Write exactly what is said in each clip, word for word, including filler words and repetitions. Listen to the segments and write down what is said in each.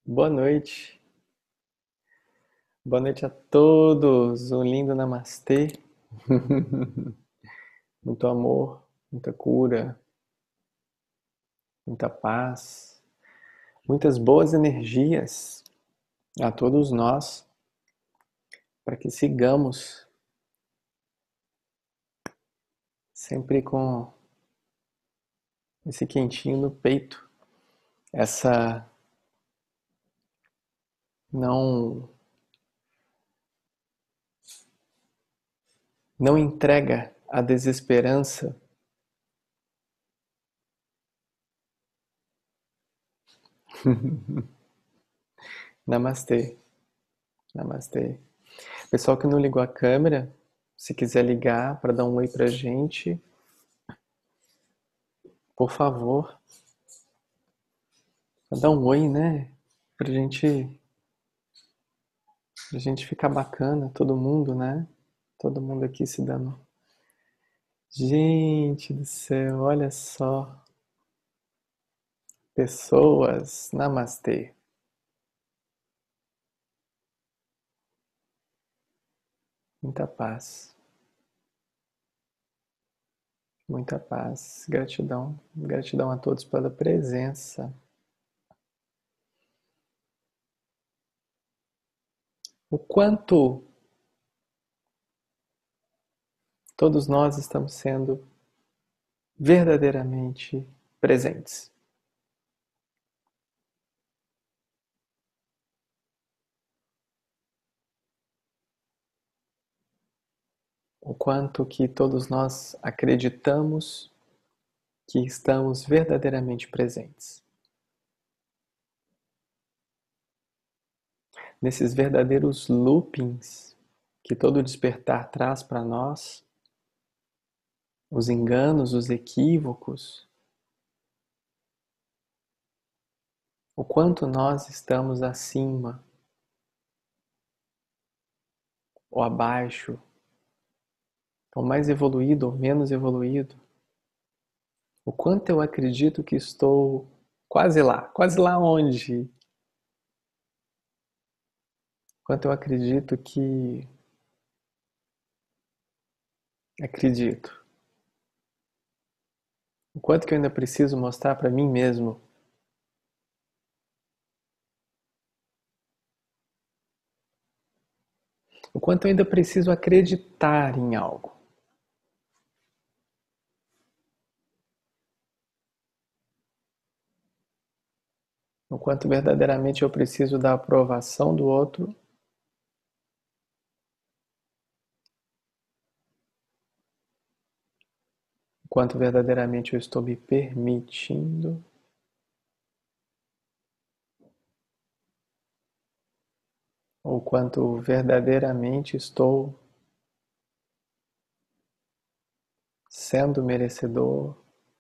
Boa noite. Boa noite a todos. Um lindo namastê. Muito amor, muita cura, muita paz, muitas boas energias a todos nós para que sigamos sempre com esse quentinho no peito, essa não não entrega à desesperança. Namastê. Namastê. Pessoal que não ligou a câmera, se quiser ligar para dar um oi pra gente, por favor, dá um oi, né? Pra gente, pra gente ficar bacana, todo mundo, né? Todo mundo aqui se dando. Gente do céu, olha só. Pessoas, namastê. Muita paz, muita paz. Gratidão, gratidão a todos pela presença. O quanto todos nós estamos sendo verdadeiramente presentes. O quanto que todos nós acreditamos que estamos verdadeiramente presentes. Nesses verdadeiros loopings que todo despertar traz para nós, os enganos, os equívocos, o quanto nós estamos acima ou abaixo, ou mais evoluído ou menos evoluído, o quanto eu acredito que estou quase lá, quase lá onde? O quanto eu acredito que acredito. O quanto que eu ainda preciso mostrar para mim mesmo. O quanto eu ainda preciso acreditar em algo. O quanto verdadeiramente eu preciso da aprovação do outro. O quanto verdadeiramente eu estou me permitindo. O quanto verdadeiramente estou sendo merecedor.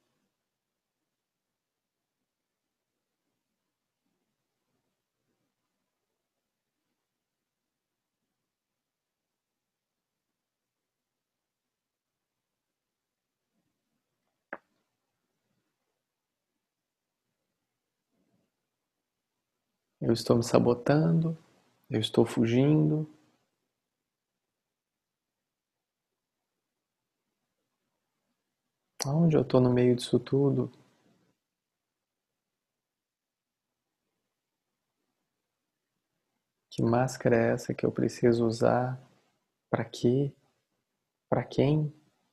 Eu estou me sabotando. Eu estou fugindo. Aonde eu estou no meio disso tudo? Que máscara é essa que eu preciso usar? Para quê? Para quem?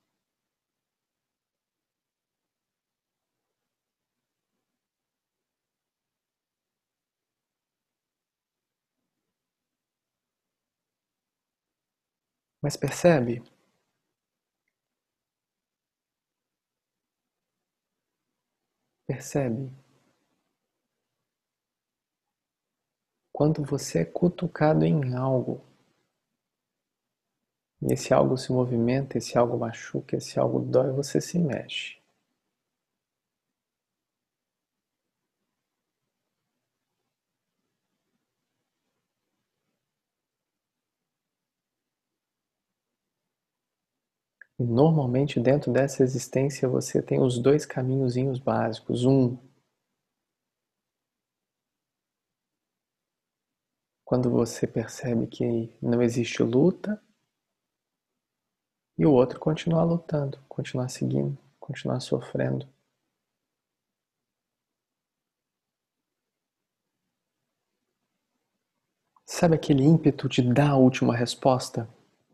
Mas percebe? Percebe? Quando você é cutucado em algo, e esse algo se movimenta, esse algo machuca, esse algo dói, você se mexe. E normalmente dentro dessa existência você tem os dois caminhozinhos básicos. Um, Quando você percebe que não existe luta e o outro continuar lutando, continuar seguindo, continuar sofrendo. Sabe aquele ímpeto de dar a última resposta?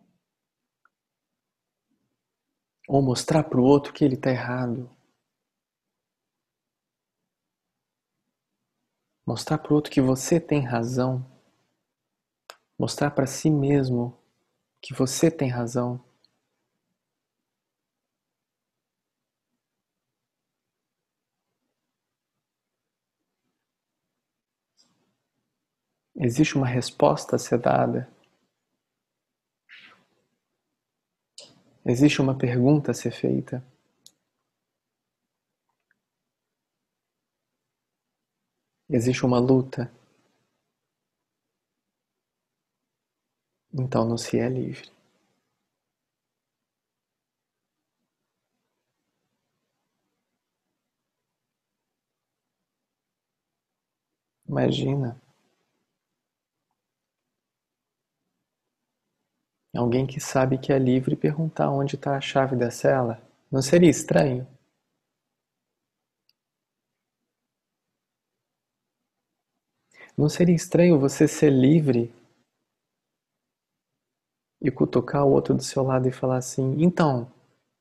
Ou mostrar para o outro que ele está errado? Mostrar para o outro que você tem razão? Mostrar para si mesmo que você tem razão? Existe uma resposta a ser dada? Existe uma pergunta a ser feita? Existe uma luta? Então não se é livre. Imagina alguém que sabe que é livre perguntar onde está a chave da cela. Não seria estranho? Não seria estranho você ser livre e cutucar o outro do seu lado e falar assim: então,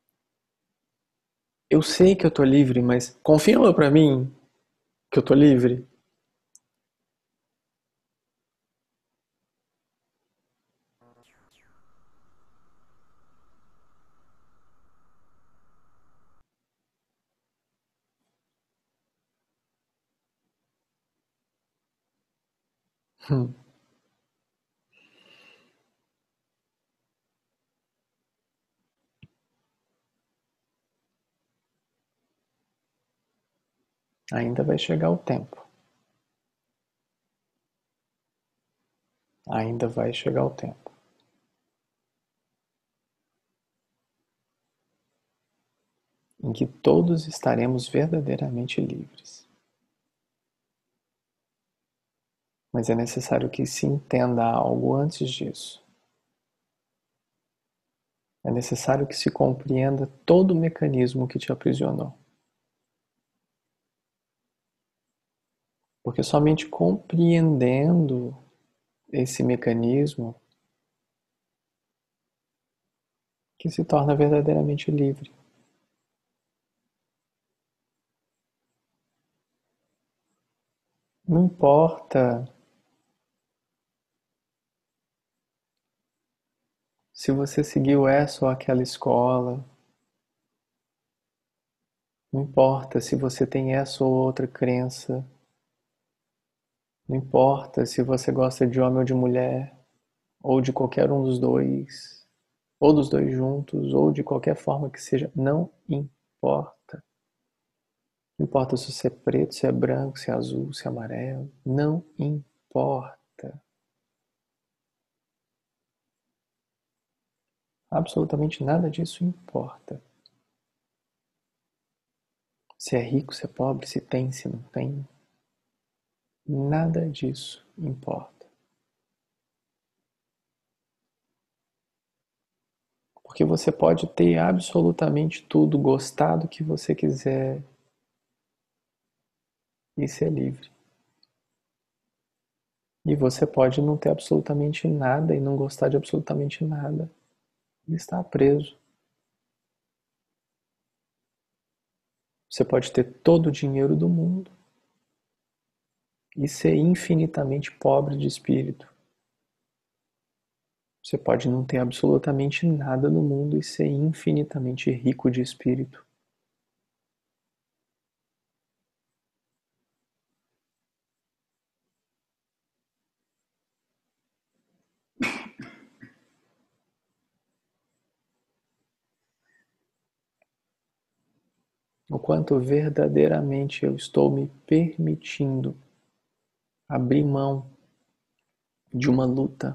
eu sei que eu tô livre, mas confirma pra mim que eu tô livre? Hum, ainda vai chegar o tempo. Ainda vai chegar o tempo em que todos estaremos verdadeiramente livres. Mas é necessário que se entenda algo antes disso. É necessário que se compreenda todo o mecanismo que te aprisionou. Porque somente compreendendo esse mecanismo que se torna verdadeiramente livre. Não importa se você seguiu essa ou aquela escola, não importa se você tem essa ou outra crença, não importa se você gosta de homem ou de mulher, ou de qualquer um dos dois, ou dos dois juntos, ou de qualquer forma que seja, não importa. Não importa se você é preto, se é branco, se é azul, se é amarelo, não importa. Absolutamente nada disso importa. Se é rico, se é pobre, se tem, se não tem, nada disso importa. Porque você pode ter absolutamente tudo, gostar do que você quiser e ser livre. E você pode não ter absolutamente nada e não gostar de absolutamente nada e estar preso. Você pode ter todo o dinheiro do mundo e ser infinitamente pobre de espírito. Você pode não ter absolutamente nada no mundo e ser infinitamente rico de espírito. O quanto verdadeiramente eu estou me permitindo abrir mão de uma luta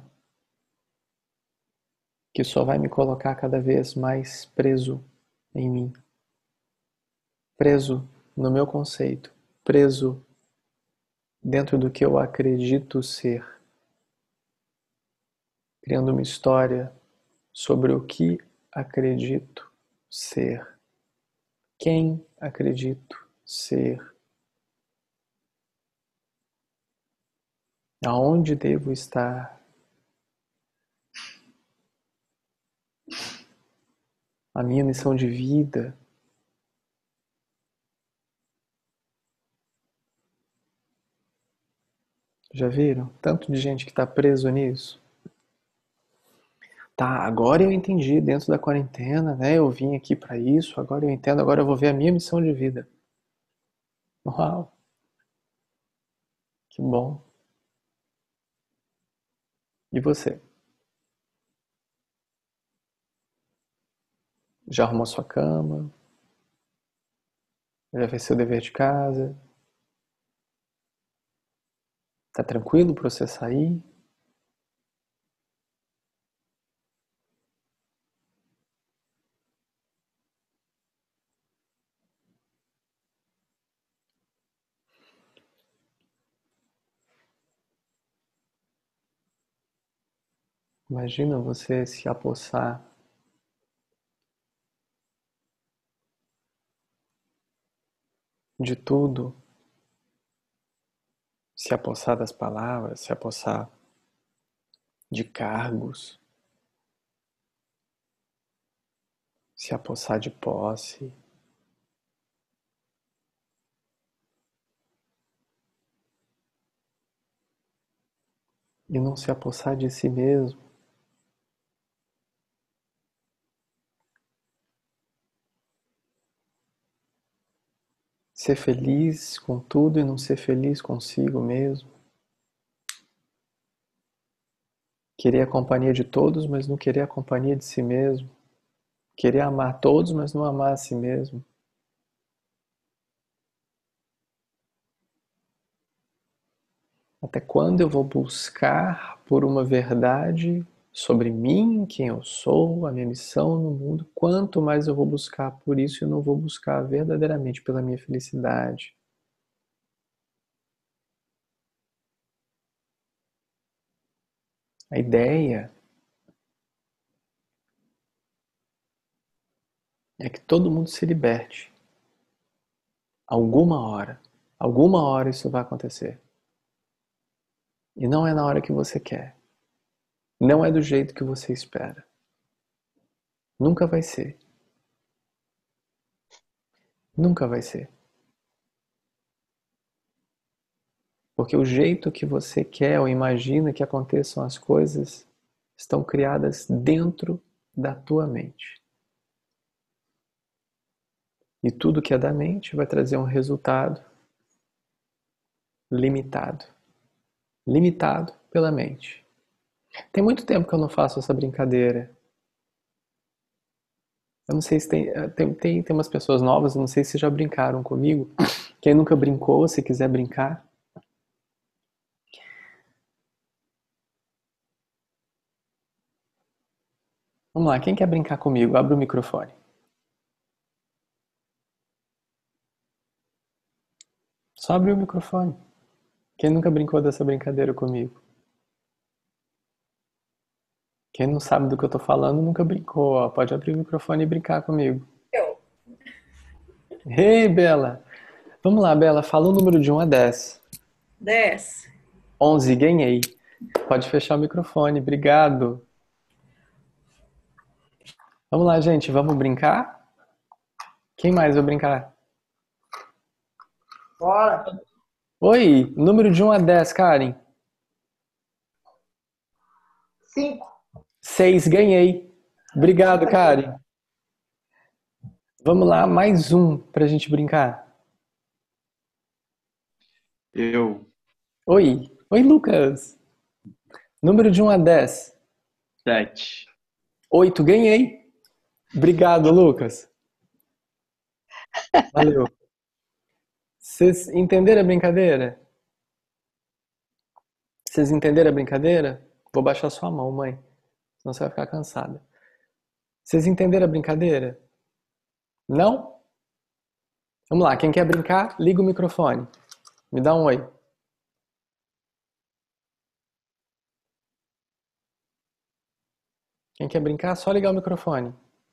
que só vai me colocar cada vez mais preso em mim, preso no meu conceito, preso dentro do que eu acredito ser. criando uma história sobre o que acredito ser, quem acredito ser, aonde devo estar, a minha missão de vida. Já viram? Tanto de gente que está preso nisso. Tá, agora eu entendi dentro da quarentena, né? Eu vim aqui para isso, agora eu entendo, agora eu vou ver a minha missão de vida. Uau, que bom. E você? Já arrumou sua cama? Já fez seu dever de casa? Tá tranquilo para você sair? Imagina você se apossar de tudo, se apossar das palavras, se apossar de cargos, se apossar de posse, e não se apossar de si mesmo. Ser feliz com tudo e não ser feliz consigo mesmo. Querer a companhia de todos, mas não querer a companhia de si mesmo. Querer amar todos, mas não amar a si mesmo. Até quando eu vou buscar por uma verdade sobre mim, quem eu sou, a minha missão no mundo? Quanto mais eu vou buscar por isso, eu não vou buscar verdadeiramente pela minha felicidade. A ideia é que todo mundo se liberte. Alguma hora. Alguma hora isso vai acontecer. E não é na hora que você quer. Não é do jeito que você espera. Nunca vai ser. Nunca vai ser. Porque o jeito que você quer ou imagina que aconteçam as coisas estão criadas dentro da tua mente. E tudo que é da mente vai trazer um resultado limitado. Limitado pela mente. Tem muito tempo que eu não faço essa brincadeira. Eu não sei se tem, tem, tem, tem umas pessoas novas, eu não sei se já brincaram comigo. Quem nunca brincou, se quiser brincar. Vamos lá, quem quer brincar comigo? Abre o microfone. Só abre o microfone. Quem nunca brincou dessa brincadeira comigo? Quem não sabe do que eu tô falando nunca brincou, ó. Pode abrir o microfone e brincar comigo. Eu. Ei, Bela! Vamos lá, Bela, fala o número de um a dez. Dez. onze, ganhei. Pode fechar o microfone, obrigado. Vamos lá, gente, vamos brincar? Quem mais vai brincar? Bora. Oi, número de um a dez, Karen. Cinco. seis, ganhei. Obrigado, Karen. Vamos lá, mais um pra gente brincar. Eu, Oi, oi, Lucas. Número de um a dez. sete. oito, ganhei. Obrigado, Lucas. Valeu. Vocês entenderam a brincadeira? Vocês entenderam a brincadeira? Vou baixar sua mão, mãe. Senão você vai ficar cansada. Vocês entenderam a brincadeira? Não? Vamos lá, quem quer brincar, liga o microfone. Me dá um oi. Quem quer brincar, só ligar o microfone.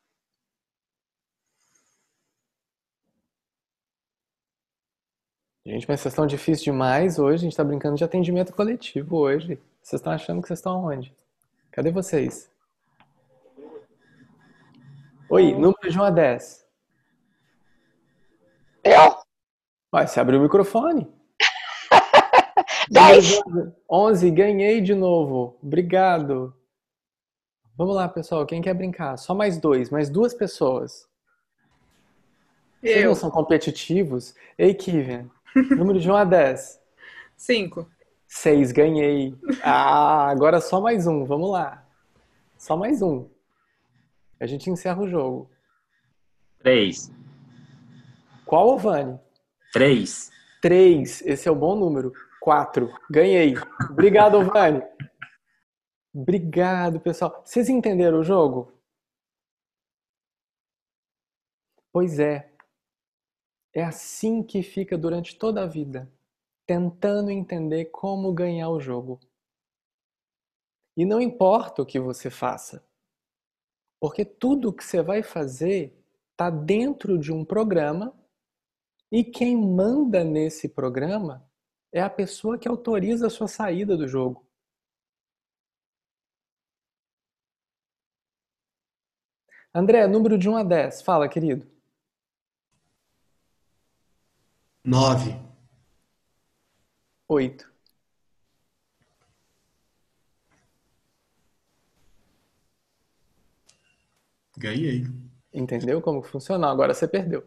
Gente, mas vocês estão difíceis demais hoje. A gente tá brincando de atendimento coletivo hoje. Vocês estão achando que vocês estão onde? Cadê vocês? Oi, número de um a dez. Eu? Ué, você abriu o microfone. dez. onze, ganhei de novo. Obrigado. Vamos lá, pessoal. Quem quer brincar? Só mais dois, mais duas pessoas. Vocês não Eu. são competitivos? Ei, Kivian. Número de um a dez. Cinco. seis, ganhei. Ah, agora só mais um. Vamos lá. Só mais um. A gente encerra o jogo. Três. Qual, Vani? Três. três. Esse é o bom número. quatro. Ganhei. Obrigado, Vani. Obrigado, pessoal. Vocês entenderam o jogo? Pois é. É assim que fica durante toda a vida, tentando entender como ganhar o jogo. E não importa o que você faça, porque tudo o que você vai fazer está dentro de um programa e quem manda nesse programa é a pessoa que autoriza a sua saída do jogo. André, número de um a dez. Fala, querido. Nove. oito. Ganhei. Entendeu como funciona? Agora você perdeu.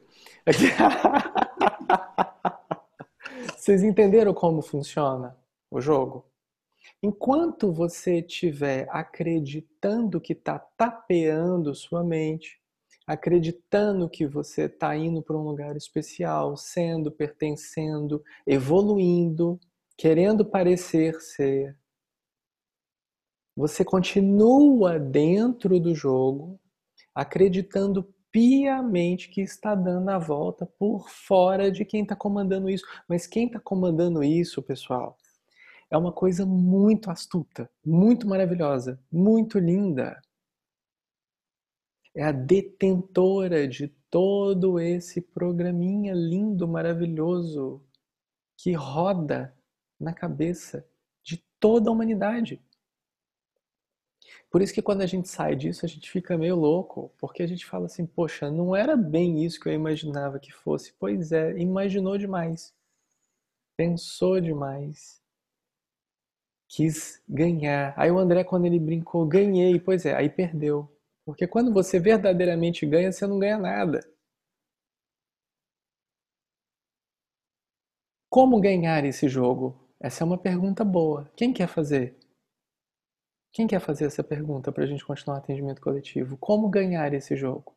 Vocês entenderam como funciona o jogo? Enquanto você estiver acreditando que está tapeando sua mente, acreditando que você está indo para um lugar especial, sendo, pertencendo, evoluindo, querendo parecer ser, você continua dentro do jogo, acreditando piamente que está dando a volta por fora de quem está comandando isso. Mas quem está comandando isso, pessoal, é uma coisa muito astuta, muito maravilhosa, muito linda. É a detentora de todo esse programinha lindo, maravilhoso, que roda na cabeça de toda a humanidade. Por isso que quando a gente sai disso, a gente fica meio louco, porque a gente fala assim, poxa, não era bem isso que eu imaginava que fosse. Pois é, imaginou demais, pensou demais, quis ganhar. Aí o André, quando ele brincou, ganhei, pois é, aí perdeu. Porque quando você verdadeiramente ganha, você não ganha nada. Como ganhar esse jogo? Essa é uma pergunta boa. Quem quer fazer? Quem quer fazer essa pergunta para a gente continuar o atendimento coletivo? Como ganhar esse jogo?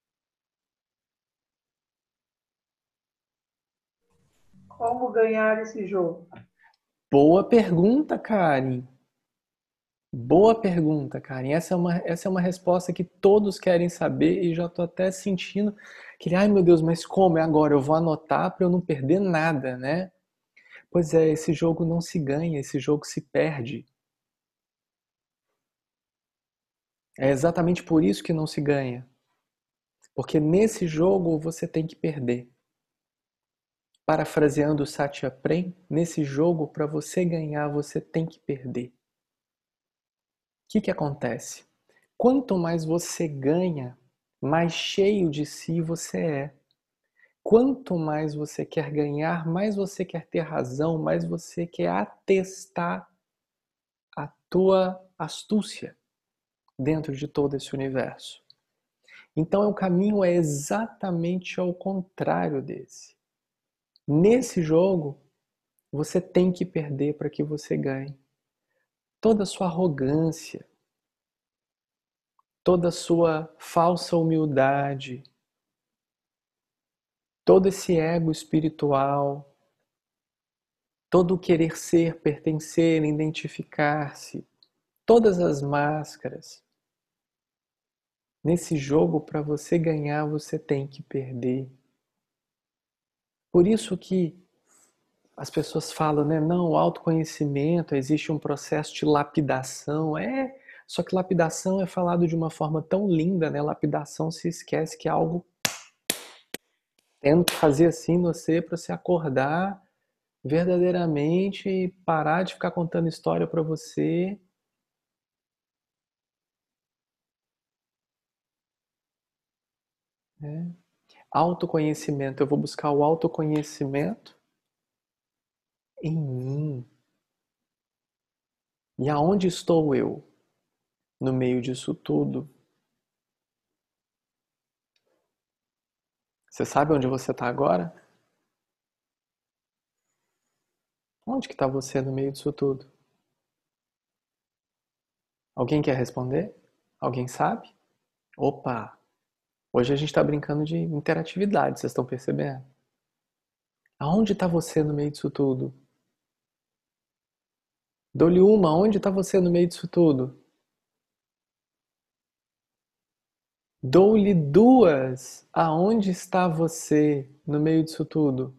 Como ganhar esse jogo? Boa pergunta, Karen. Boa pergunta, Karen. Essa é uma, essa é uma resposta que todos querem saber e já estou até sentindo que, ai meu Deus, mas como é agora? Eu vou anotar para eu não perder nada, né? Pois é, esse jogo não se ganha, esse jogo se perde. É exatamente por isso que não se ganha. Porque nesse jogo você tem que perder. Parafraseando o Satya Prem, nesse jogo, para você ganhar, você tem que perder. O que, que acontece? Quanto mais você ganha, mais cheio de si você é. Quanto mais você quer ganhar, mais você quer ter razão, mais você quer atestar a tua astúcia dentro de todo esse universo. Então o caminho é exatamente ao contrário desse. Nesse jogo, você tem que perder para que você ganhe. Toda a sua arrogância, toda a sua falsa humildade, todo esse ego espiritual, todo o querer ser, pertencer, identificar-se, todas as máscaras. Nesse jogo, para você ganhar, você tem que perder. Por isso que as pessoas falam, né? Não, o autoconhecimento, existe um processo de lapidação. É, Só que lapidação é falado de uma forma tão linda, né? Lapidação se esquece que é algo tendo que fazer assim em você para você acordar verdadeiramente e parar de ficar contando história para você. Né? Autoconhecimento. Eu vou buscar o autoconhecimento em mim. E aonde estou eu no meio disso tudo? Você sabe onde você está agora? Onde que está você no meio disso tudo? Alguém quer responder? Alguém sabe? Opa! Hoje a gente está brincando de interatividade, vocês estão percebendo? Aonde está você no meio disso tudo? Dou-lhe uma, onde está você no meio disso tudo? Dou-lhe duas, aonde está você no meio disso tudo?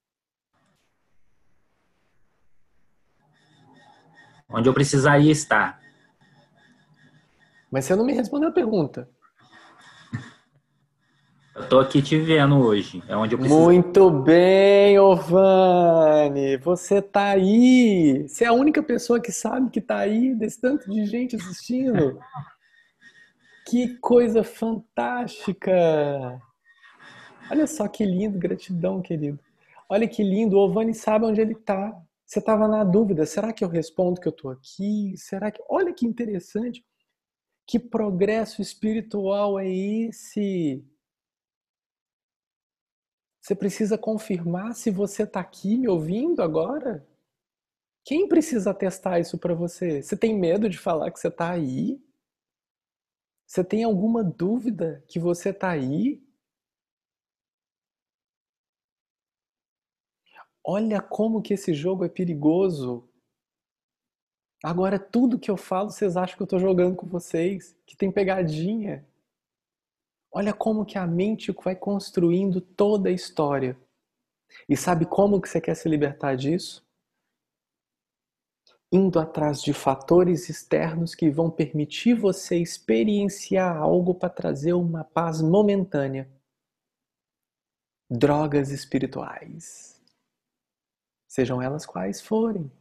Onde eu precisaria estar. Mas você não me respondeu a pergunta. Eu tô aqui te vendo hoje. É onde eu preciso. Muito bem, Ovani! Você tá aí! Você é a única pessoa que sabe que tá aí, desse tanto de gente assistindo. Que coisa fantástica! Olha só que lindo, gratidão, querido. Olha que lindo, o Ovani sabe onde ele tá. Você estava na dúvida, será que eu respondo que eu tô aqui? Será que... Olha que interessante. Que progresso espiritual é esse? Você precisa confirmar se você está aqui me ouvindo agora? Quem precisa testar isso para você? Você tem medo de falar que você está aí? Você tem alguma dúvida que você está aí? Olha como que esse jogo é perigoso. Agora tudo que eu falo, vocês acham que eu estou jogando com vocês, que tem pegadinha. Olha como que a mente vai construindo toda a história. E sabe como que você quer se libertar disso? Indo atrás de fatores externos que vão permitir você experienciar algo para trazer uma paz momentânea. Drogas espirituais. Sejam elas quais forem.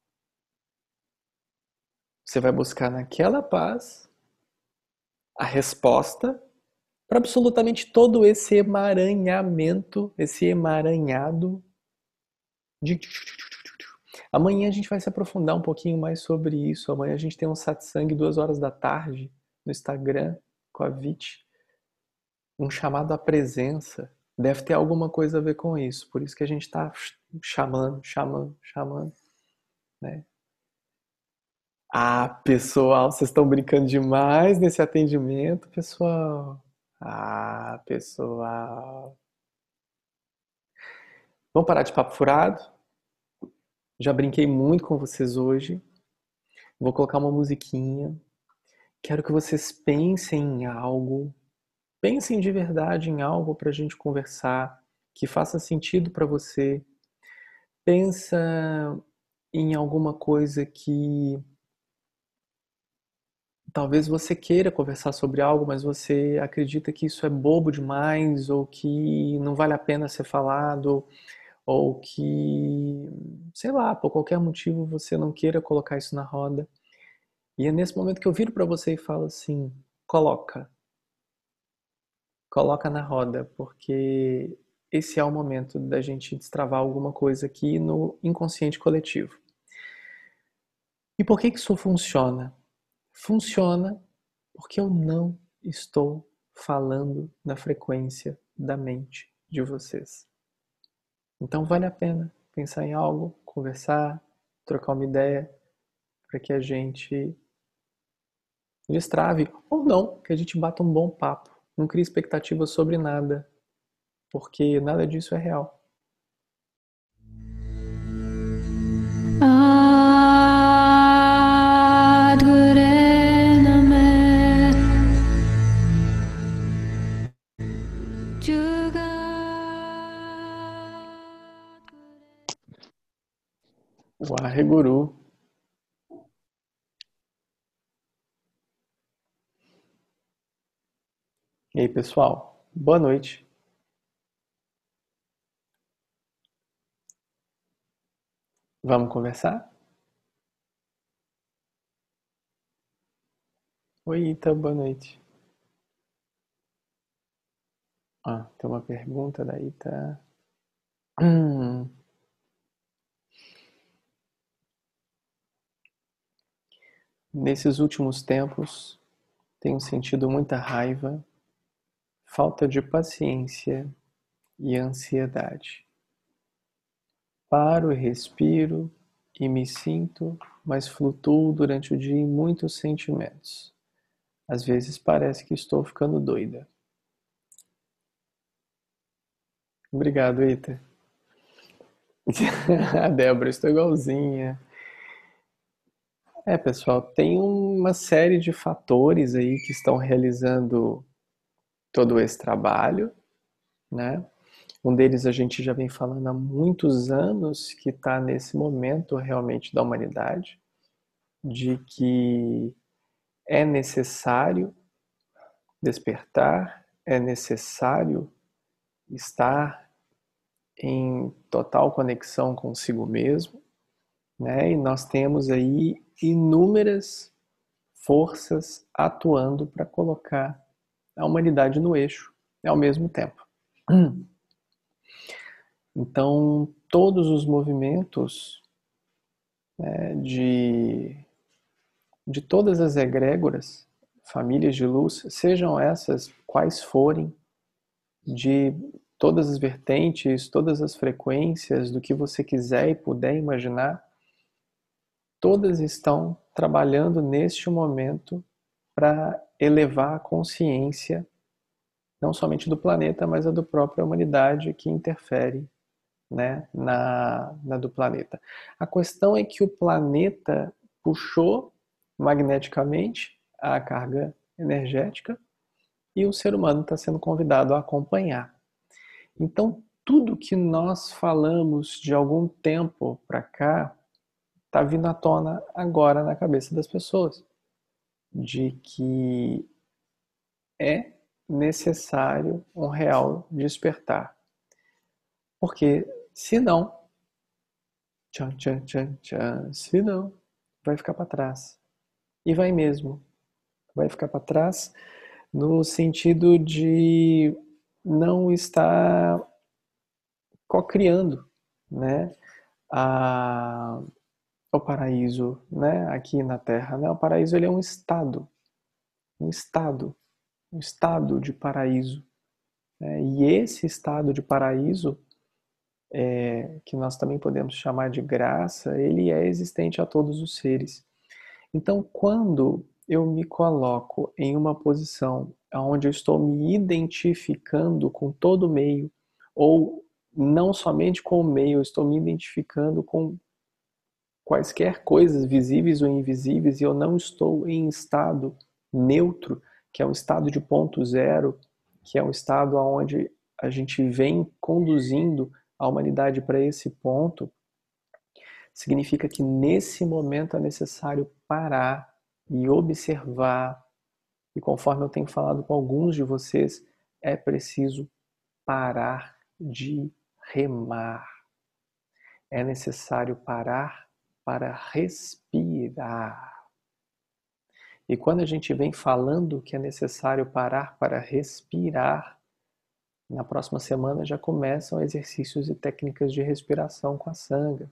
Você vai buscar naquela paz a resposta para absolutamente todo esse emaranhamento, esse emaranhado de... Amanhã a gente vai se aprofundar um pouquinho mais sobre isso. Amanhã a gente tem um satsang duas horas da tarde no Instagram com a Vit. Um chamado à presença. Deve ter alguma coisa a ver com isso. Por isso que a gente está chamando, chamando, chamando. Né? Ah, pessoal, vocês estão brincando demais nesse atendimento, pessoal. Ah, pessoal. Vamos parar de papo furado? Já brinquei muito com vocês hoje. Vou colocar uma musiquinha. Quero que vocês pensem em algo. Pensem de verdade em algo para a gente conversar, que faça sentido para você. Pensa em alguma coisa que talvez você queira conversar sobre algo, mas você acredita que isso é bobo demais, ou que não vale a pena ser falado, ou que, sei lá, por qualquer motivo você não queira colocar isso na roda. E é nesse momento que eu viro para você e falo assim, coloca. Coloca na roda, porque esse é o momento da gente destravar alguma coisa aqui no inconsciente coletivo. E por que que isso funciona? Funciona porque eu não estou falando na frequência da mente de vocês. Então vale a pena pensar em algo, conversar, trocar uma ideia, para que a gente destrave, ou não, que a gente bata um bom papo. Não crie expectativas sobre nada, porque nada disso é real. Waheguru. aí, pessoal, boa noite. Vamos conversar? Oi, Ita, boa noite. Ah, tem uma pergunta da Ita. Hum. Nesses últimos tempos, tenho sentido muita raiva, falta de paciência e ansiedade. Paro e respiro e me sinto, mas flutuo durante o dia em muitos sentimentos. Às vezes parece que estou ficando doida. Obrigado, Ita. A Débora, estou igualzinha. É, pessoal, tem uma série de fatores aí que estão realizando todo esse trabalho, né? Um deles a gente já vem falando há muitos anos, que está nesse momento realmente da humanidade, de que é necessário despertar, é necessário estar em total conexão consigo mesmo, né? E nós temos aí inúmeras forças atuando para colocar a humanidade no eixo ao mesmo tempo. Então, todos os movimentos, né, de, de todas as egrégoras, famílias de luz, sejam essas quais forem, de todas as vertentes, todas as frequências, do que você quiser e puder imaginar, todas estão trabalhando neste momento para elevar a consciência, não somente do planeta, mas a da própria humanidade que interfere, né, na, na do planeta. A questão é que o planeta puxou magneticamente a carga energética e o ser humano está sendo convidado a acompanhar. Então, tudo que nós falamos de algum tempo para cá está vindo à tona agora na cabeça das pessoas, de que é necessário um real despertar. Porque, se não, tchan, tchan, tchan, tchan, se não, vai ficar para trás. E vai mesmo. Vai ficar para trás no sentido de não estar co-criando, né, a, o paraíso, né, aqui na Terra. Né? O paraíso ele é um estado, um estado, um estado de paraíso. Né? E esse estado de paraíso, é, que nós também podemos chamar de graça, ele é existente a todos os seres. Então, quando eu me coloco em uma posição onde eu estou me identificando com todo o meio, ou não somente com o meio, eu estou me identificando com quaisquer coisas visíveis ou invisíveis, e eu não estou em estado neutro, que é um estado de ponto zero, que é um estado onde a gente vem conduzindo a humanidade para esse ponto, significa que nesse momento é necessário parar e observar, e conforme eu tenho falado com alguns de vocês, é preciso parar de remar. É necessário parar para respirar. E quando a gente vem falando que é necessário parar para respirar, na próxima semana já começam exercícios e técnicas de respiração com a sanga.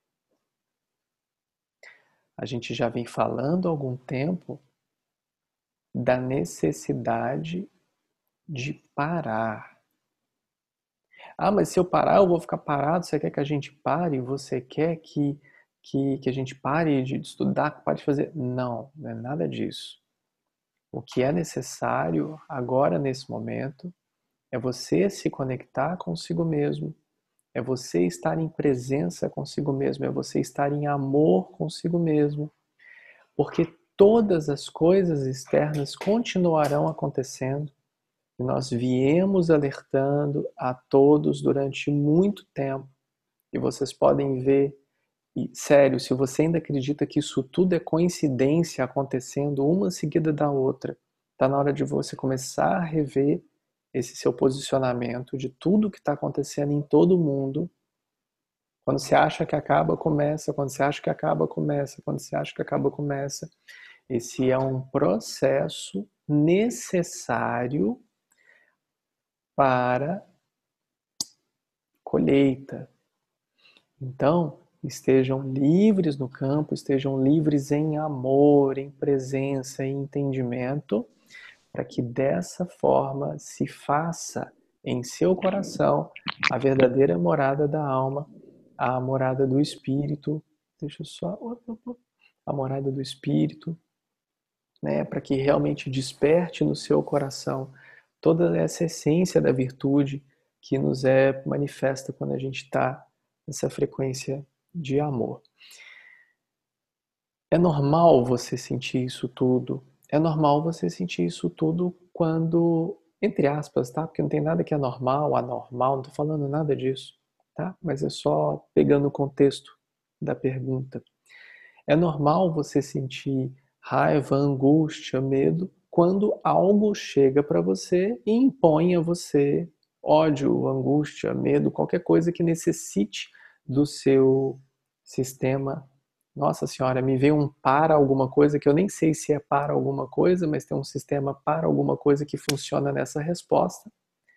A gente já vem falando há algum tempo da necessidade de parar. Ah, mas se eu parar, eu vou ficar parado. Você quer que a gente pare? Você quer que, que, que a gente pare de estudar, que pare de fazer? Não, não é nada disso. O que é necessário agora, nesse momento, é você se conectar consigo mesmo, é você estar em presença consigo mesmo, é você estar em amor consigo mesmo, porque todas as coisas externas continuarão acontecendo, e nós viemos alertando a todos durante muito tempo, e vocês podem ver, e sério, se você ainda acredita que isso tudo é coincidência acontecendo uma seguida da outra, Está na hora de você começar a rever esse seu posicionamento de tudo que está acontecendo em todo mundo. Quando você acha que acaba, começa. Quando você acha que acaba, começa. Quando você acha que acaba, começa. Esse é um processo necessário para colheita. Então, estejam livres no campo, estejam livres em amor, em presença, em entendimento, para que dessa forma se faça em seu coração a verdadeira morada da alma, a morada do Espírito. Deixa eu só... A morada do Espírito, né, para que realmente desperte no seu coração toda essa essência da virtude que nos é manifesta quando a gente está nessa frequência de amor. É normal você sentir isso tudo. É normal você sentir isso tudo quando, entre aspas, tá? Porque não tem nada que é normal, anormal, não estou falando nada disso, tá? Mas é só pegando o contexto da pergunta. É normal você sentir raiva, angústia, medo, quando algo chega para você e impõe a você ódio, angústia, medo, qualquer coisa que necessite do seu sistema. Nossa Senhora, me veio um para alguma coisa, que eu nem sei se é para alguma coisa, mas tem um sistema para alguma coisa que funciona nessa resposta.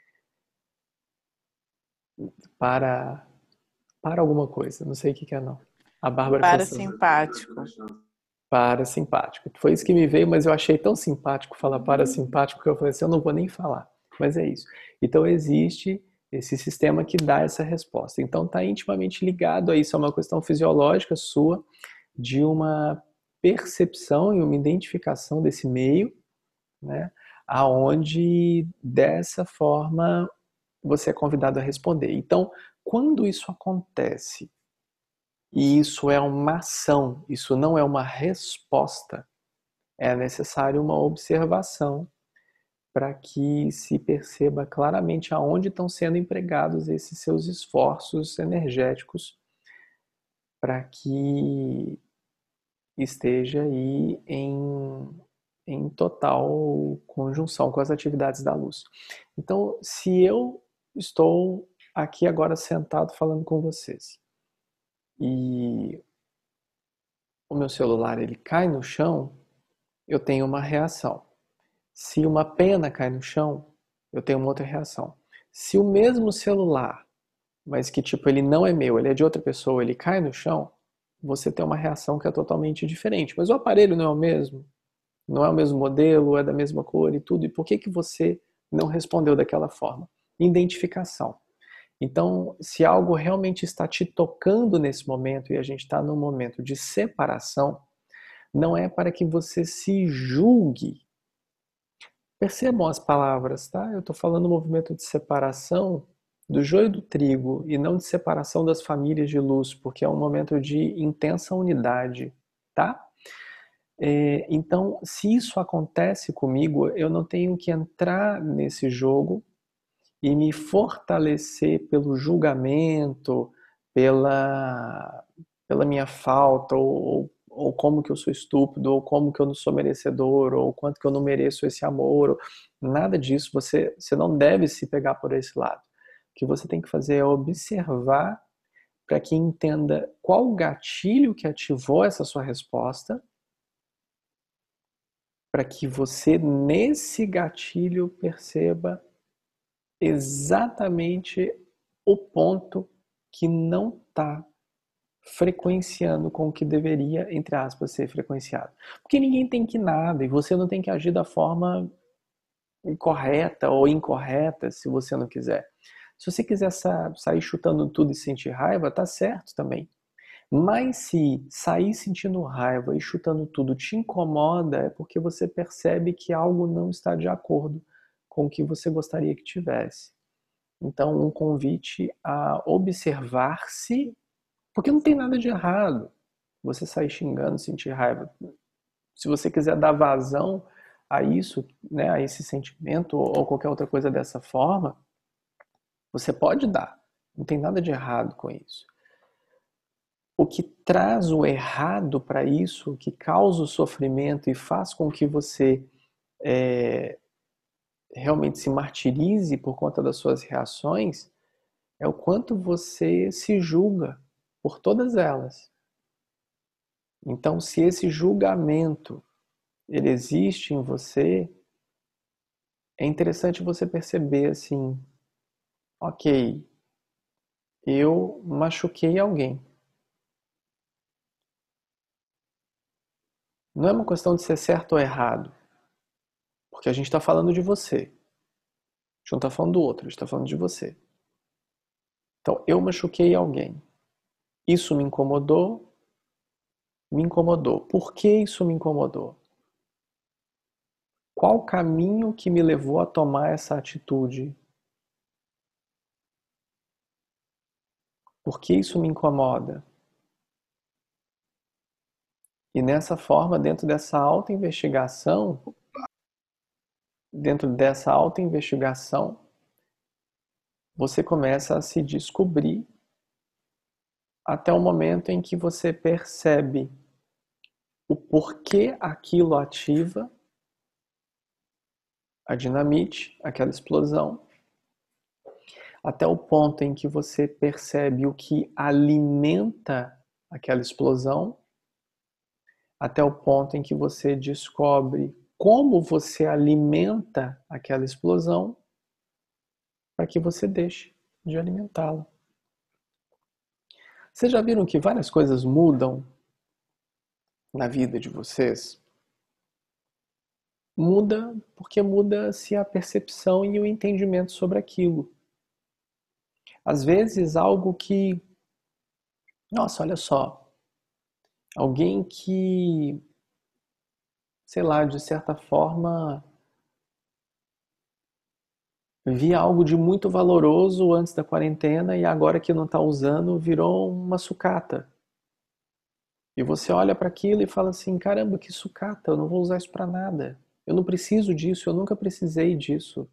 Para, para alguma coisa, não sei o que, que é não. A Bárbara Parasimpático. Parasimpático. Foi isso que me veio, mas eu achei tão simpático falar parasimpático que eu falei assim, eu não vou nem falar. Mas é isso. Então existe esse sistema que dá essa resposta. Então está intimamente ligado a isso, é uma questão fisiológica sua, de uma percepção e uma identificação desse meio, né, aonde dessa forma você é convidado a responder. Então, quando isso acontece, e isso é uma ação, isso não é uma resposta, é necessário uma observação para que se perceba claramente aonde estão sendo empregados esses seus esforços energéticos para que esteja aí em, em total conjunção com as atividades da luz. Então, se eu estou aqui agora sentado falando com vocês, e o meu celular ele cai no chão, eu tenho uma reação. Se uma pena cai no chão, eu tenho uma outra reação. Se o mesmo celular, mas que tipo ele não é meu, ele é de outra pessoa, ele cai no chão, você tem uma reação que é totalmente diferente. Mas o aparelho não é o mesmo, não é o mesmo modelo, é da mesma cor e tudo. E por que que você não respondeu daquela forma? Identificação. Então, se algo realmente está te tocando nesse momento e a gente está num momento de separação, não é para que você se julgue. Percebam as palavras, tá? Eu estou falando do movimento de separação do joio do trigo e não de separação das famílias de luz, porque é um momento de intensa unidade, tá? É, então, se isso acontece comigo, eu não tenho que entrar nesse jogo e me fortalecer pelo julgamento, pela, pela minha falta, ou, ou como que eu sou estúpido, ou como que eu não sou merecedor, ou quanto que eu não mereço esse amor. Ou, nada disso, você, você não deve se pegar por esse lado. O que você tem que fazer é observar para que entenda qual o gatilho que ativou essa sua resposta, para que você, nesse gatilho, perceba exatamente o ponto que não está frequenciando com o que deveria, entre aspas, ser frequenciado. Porque ninguém tem que nada, e você não tem que agir da forma correta ou incorreta se você não quiser. Se você quiser sa- sair chutando tudo e sentir raiva, tá certo também. Mas se sair sentindo raiva e chutando tudo te incomoda, é porque você percebe que algo não está de acordo com o que você gostaria que tivesse. Então, um convite a observar-se, porque não tem nada de errado você sair xingando, sentir raiva. Se você quiser dar vazão a isso, né, a esse sentimento ou qualquer outra coisa dessa forma, você pode dar. Não tem nada de errado com isso. O que traz o errado para isso, o que causa o sofrimento e faz com que você é, realmente se martirize por conta das suas reações é o quanto você se julga por todas elas. Então, se esse julgamento ele existe em você, é interessante você perceber assim, ok, eu machuquei alguém. Não é uma questão de ser certo ou errado, porque a gente está falando de você. A gente não está falando do outro, a gente está falando de você. Então, eu machuquei alguém. Isso me incomodou, me incomodou. Por que isso me incomodou? Qual o caminho que me levou a tomar essa atitude? Por que isso me incomoda? E nessa forma, dentro dessa autoinvestigação, dentro dessa autoinvestigação, você começa a se descobrir até o momento em que você percebe o porquê aquilo ativa a dinamite, aquela explosão, até o ponto em que você percebe o que alimenta aquela explosão, até o ponto em que você descobre como você alimenta aquela explosão para que você deixe de alimentá-la. Vocês já viram que várias coisas mudam na vida de vocês? Muda porque muda-se a percepção e o entendimento sobre aquilo. Às vezes algo que, nossa, olha só, alguém que, sei lá, de certa forma via algo de muito valoroso antes da quarentena e agora que não está usando virou uma sucata. E você olha para aquilo e fala assim, caramba, que sucata, eu não vou usar isso para nada. Eu não preciso disso, eu nunca precisei disso.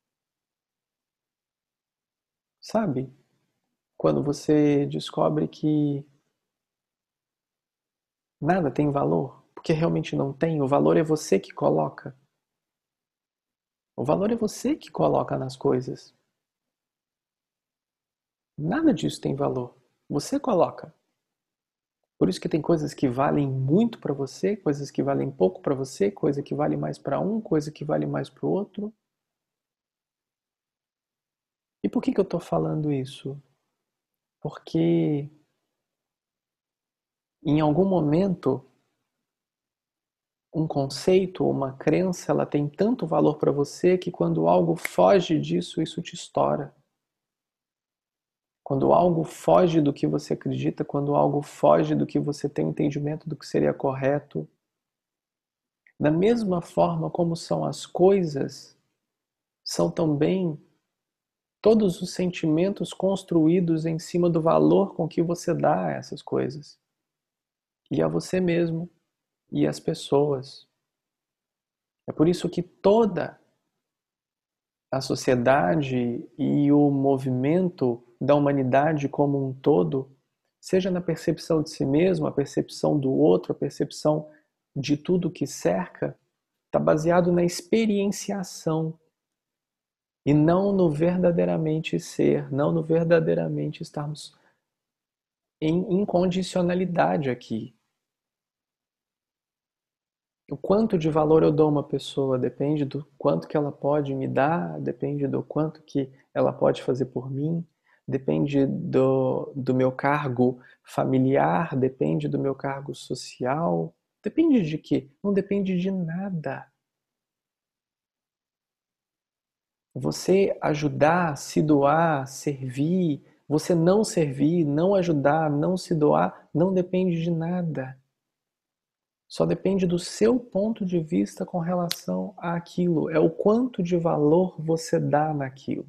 Sabe? Quando você descobre que nada tem valor, porque realmente não tem, o valor é você que coloca. O valor é você que coloca nas coisas. Nada disso tem valor. Você coloca. Por isso que tem coisas que valem muito para você, coisas que valem pouco para você, coisa que vale mais para um, coisa que vale mais para o outro. E por que que eu estou falando isso? Porque em algum momento um conceito ou uma crença, ela tem tanto valor para você que quando algo foge disso, isso te estoura. Quando algo foge do que você acredita, quando algo foge do que você tem entendimento do que seria correto, da mesma forma como são as coisas, são também todos os sentimentos construídos em cima do valor com que você dá a essas coisas. E a você mesmo, e às pessoas. É por isso que toda a sociedade e o movimento da humanidade como um todo, seja na percepção de si mesmo, a percepção do outro, a percepção de tudo que cerca, está baseado na experienciação e não no verdadeiramente ser, não no verdadeiramente estarmos em incondicionalidade aqui. O quanto de valor eu dou a uma pessoa depende do quanto que ela pode me dar, depende do quanto que ela pode fazer por mim, depende do, do meu cargo familiar, depende do meu cargo social, depende de quê? Não depende de nada. Você ajudar, se doar, servir, você não servir, não ajudar, não se doar, não depende de nada. Só depende do seu ponto de vista com relação àquilo. É o quanto de valor você dá naquilo.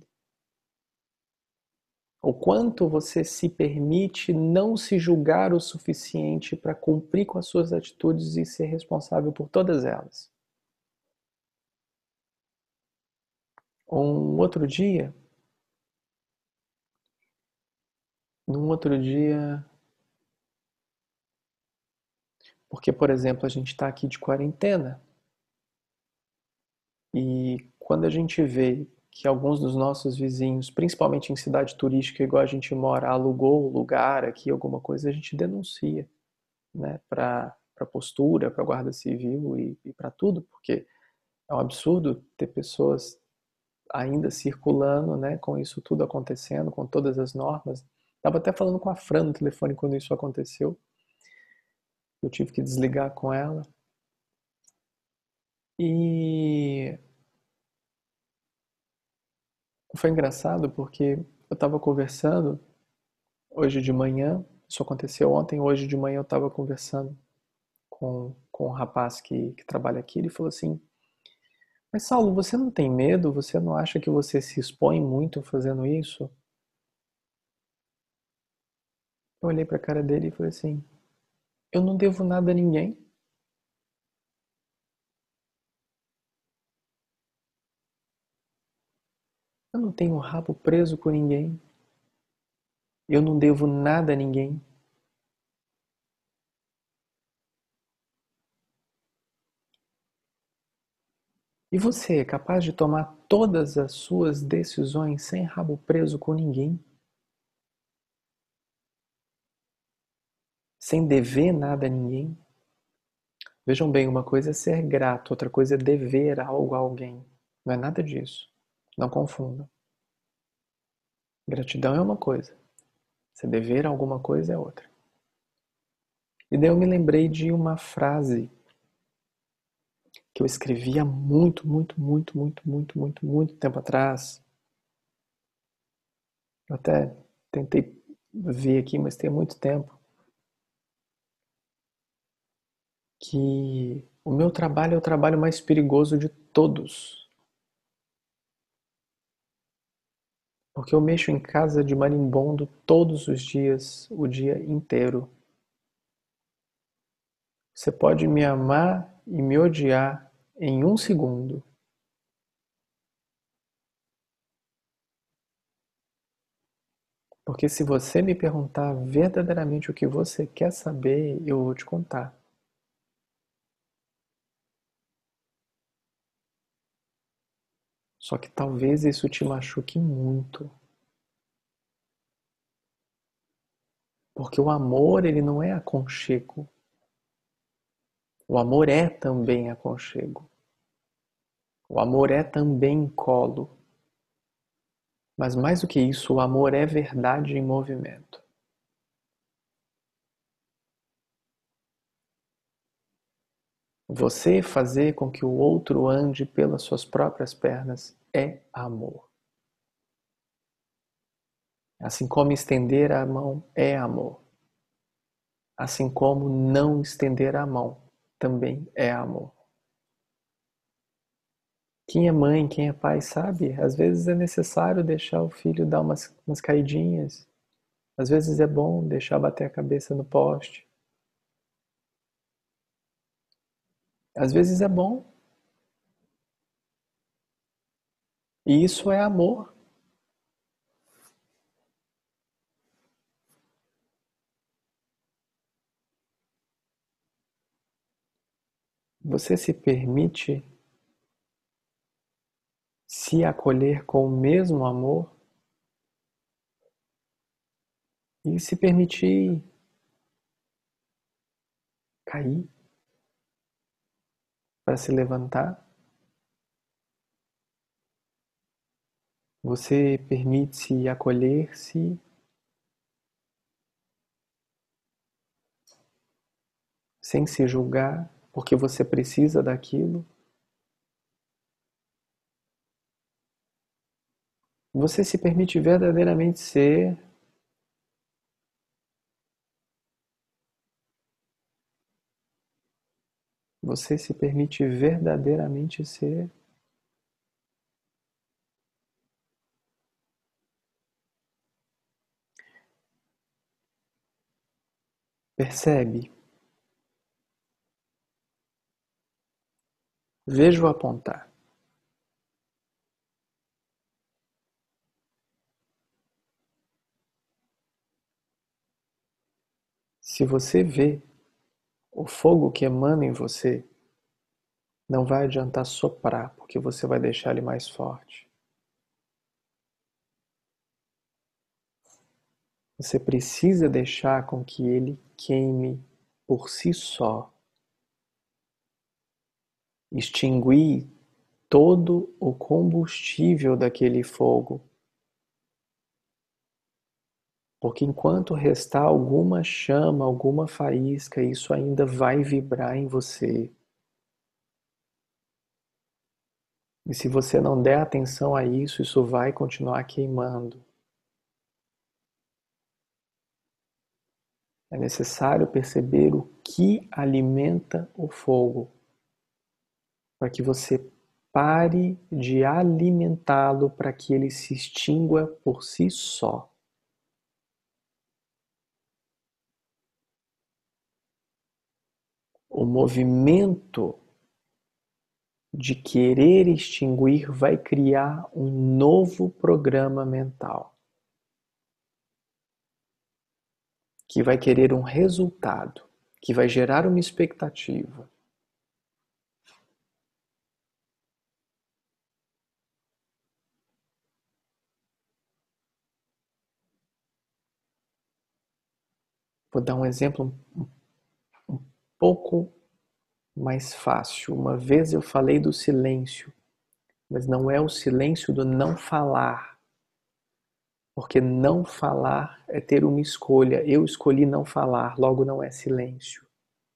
O quanto você se permite não se julgar o suficiente para cumprir com as suas atitudes e ser responsável por todas elas. Um outro dia, num outro dia, porque, por exemplo, a gente está aqui de quarentena. quando a gente vê que alguns dos nossos vizinhos, principalmente em cidade turística, igual a gente mora, alugou o lugar aqui, alguma coisa, a gente denuncia, né, para para postura, para a Guarda Civil e, e para tudo, porque é um absurdo ter pessoas ainda circulando, né, com isso tudo acontecendo, com todas as normas. Estava até falando com a Fran no telefone quando isso aconteceu. Eu tive que desligar com ela. E foi engraçado porque eu estava conversando hoje de manhã, isso aconteceu ontem, hoje de manhã eu estava conversando com, com um rapaz que, que trabalha aqui, ele falou assim, mas Saulo, você não tem medo? Você não acha que você se expõe muito fazendo isso? Eu olhei para a cara dele e falei assim, eu não devo nada a ninguém. Eu não tenho o rabo preso com ninguém. Eu não devo nada a ninguém. E você é capaz de tomar todas as suas decisões sem rabo preso com ninguém? Sem dever nada a ninguém? Vejam bem, uma coisa é ser grato, outra coisa é dever algo a alguém. Não é nada disso. Não confundam. Gratidão é uma coisa. Se dever alguma coisa é outra. E daí eu me lembrei de uma frase que eu escrevi há muito, muito, muito, muito, muito, muito, muito tempo atrás. Eu até tentei ver aqui, mas tem muito tempo. Que o meu trabalho é o trabalho mais perigoso de todos. Porque eu mexo em casa de marimbondo todos os dias, o dia inteiro. Você pode me amar e me odiar em um segundo. Porque se você me perguntar verdadeiramente o que você quer saber, eu vou te contar. Só que talvez isso te machuque muito. Porque o amor, ele não é aconchego. O amor é também aconchego. O amor é também colo. Mas mais do que isso, o amor é verdade em movimento. Você fazer com que o outro ande pelas suas próprias pernas é amor. Assim como estender a mão é amor. Assim como não estender a mão também é amor. Quem é mãe, quem é pai sabe, às vezes é necessário deixar o filho dar umas, umas caidinhas. Às vezes é bom deixar bater a cabeça no poste. Às vezes é bom. E isso é amor. Você se permite se acolher com o mesmo amor e se permitir cair para se levantar. Você permite-se acolher-se sem se julgar porque você precisa daquilo. Você se permite verdadeiramente ser. Você se permite verdadeiramente ser. Percebe? Veja-o apontar. Se você vê o fogo que emana em você, Não vai adiantar soprar, porque você vai deixar ele mais forte. Você precisa deixar com que ele queime por si só. Extinguir todo o combustível daquele fogo. Porque enquanto restar alguma chama, alguma faísca, isso ainda vai vibrar em você. E se você não der atenção a isso, isso vai continuar queimando. É necessário perceber o que alimenta o fogo, para que você pare de alimentá-lo para que ele se extingua por si só. O movimento de querer extinguir vai criar um novo programa mental, que vai querer um resultado, que vai gerar uma expectativa. Vou dar um exemplo um, um pouco mais fácil. Uma vez eu falei do silêncio, mas não é o silêncio do não falar. Porque não falar é ter uma escolha. Eu escolhi não falar, logo não é silêncio.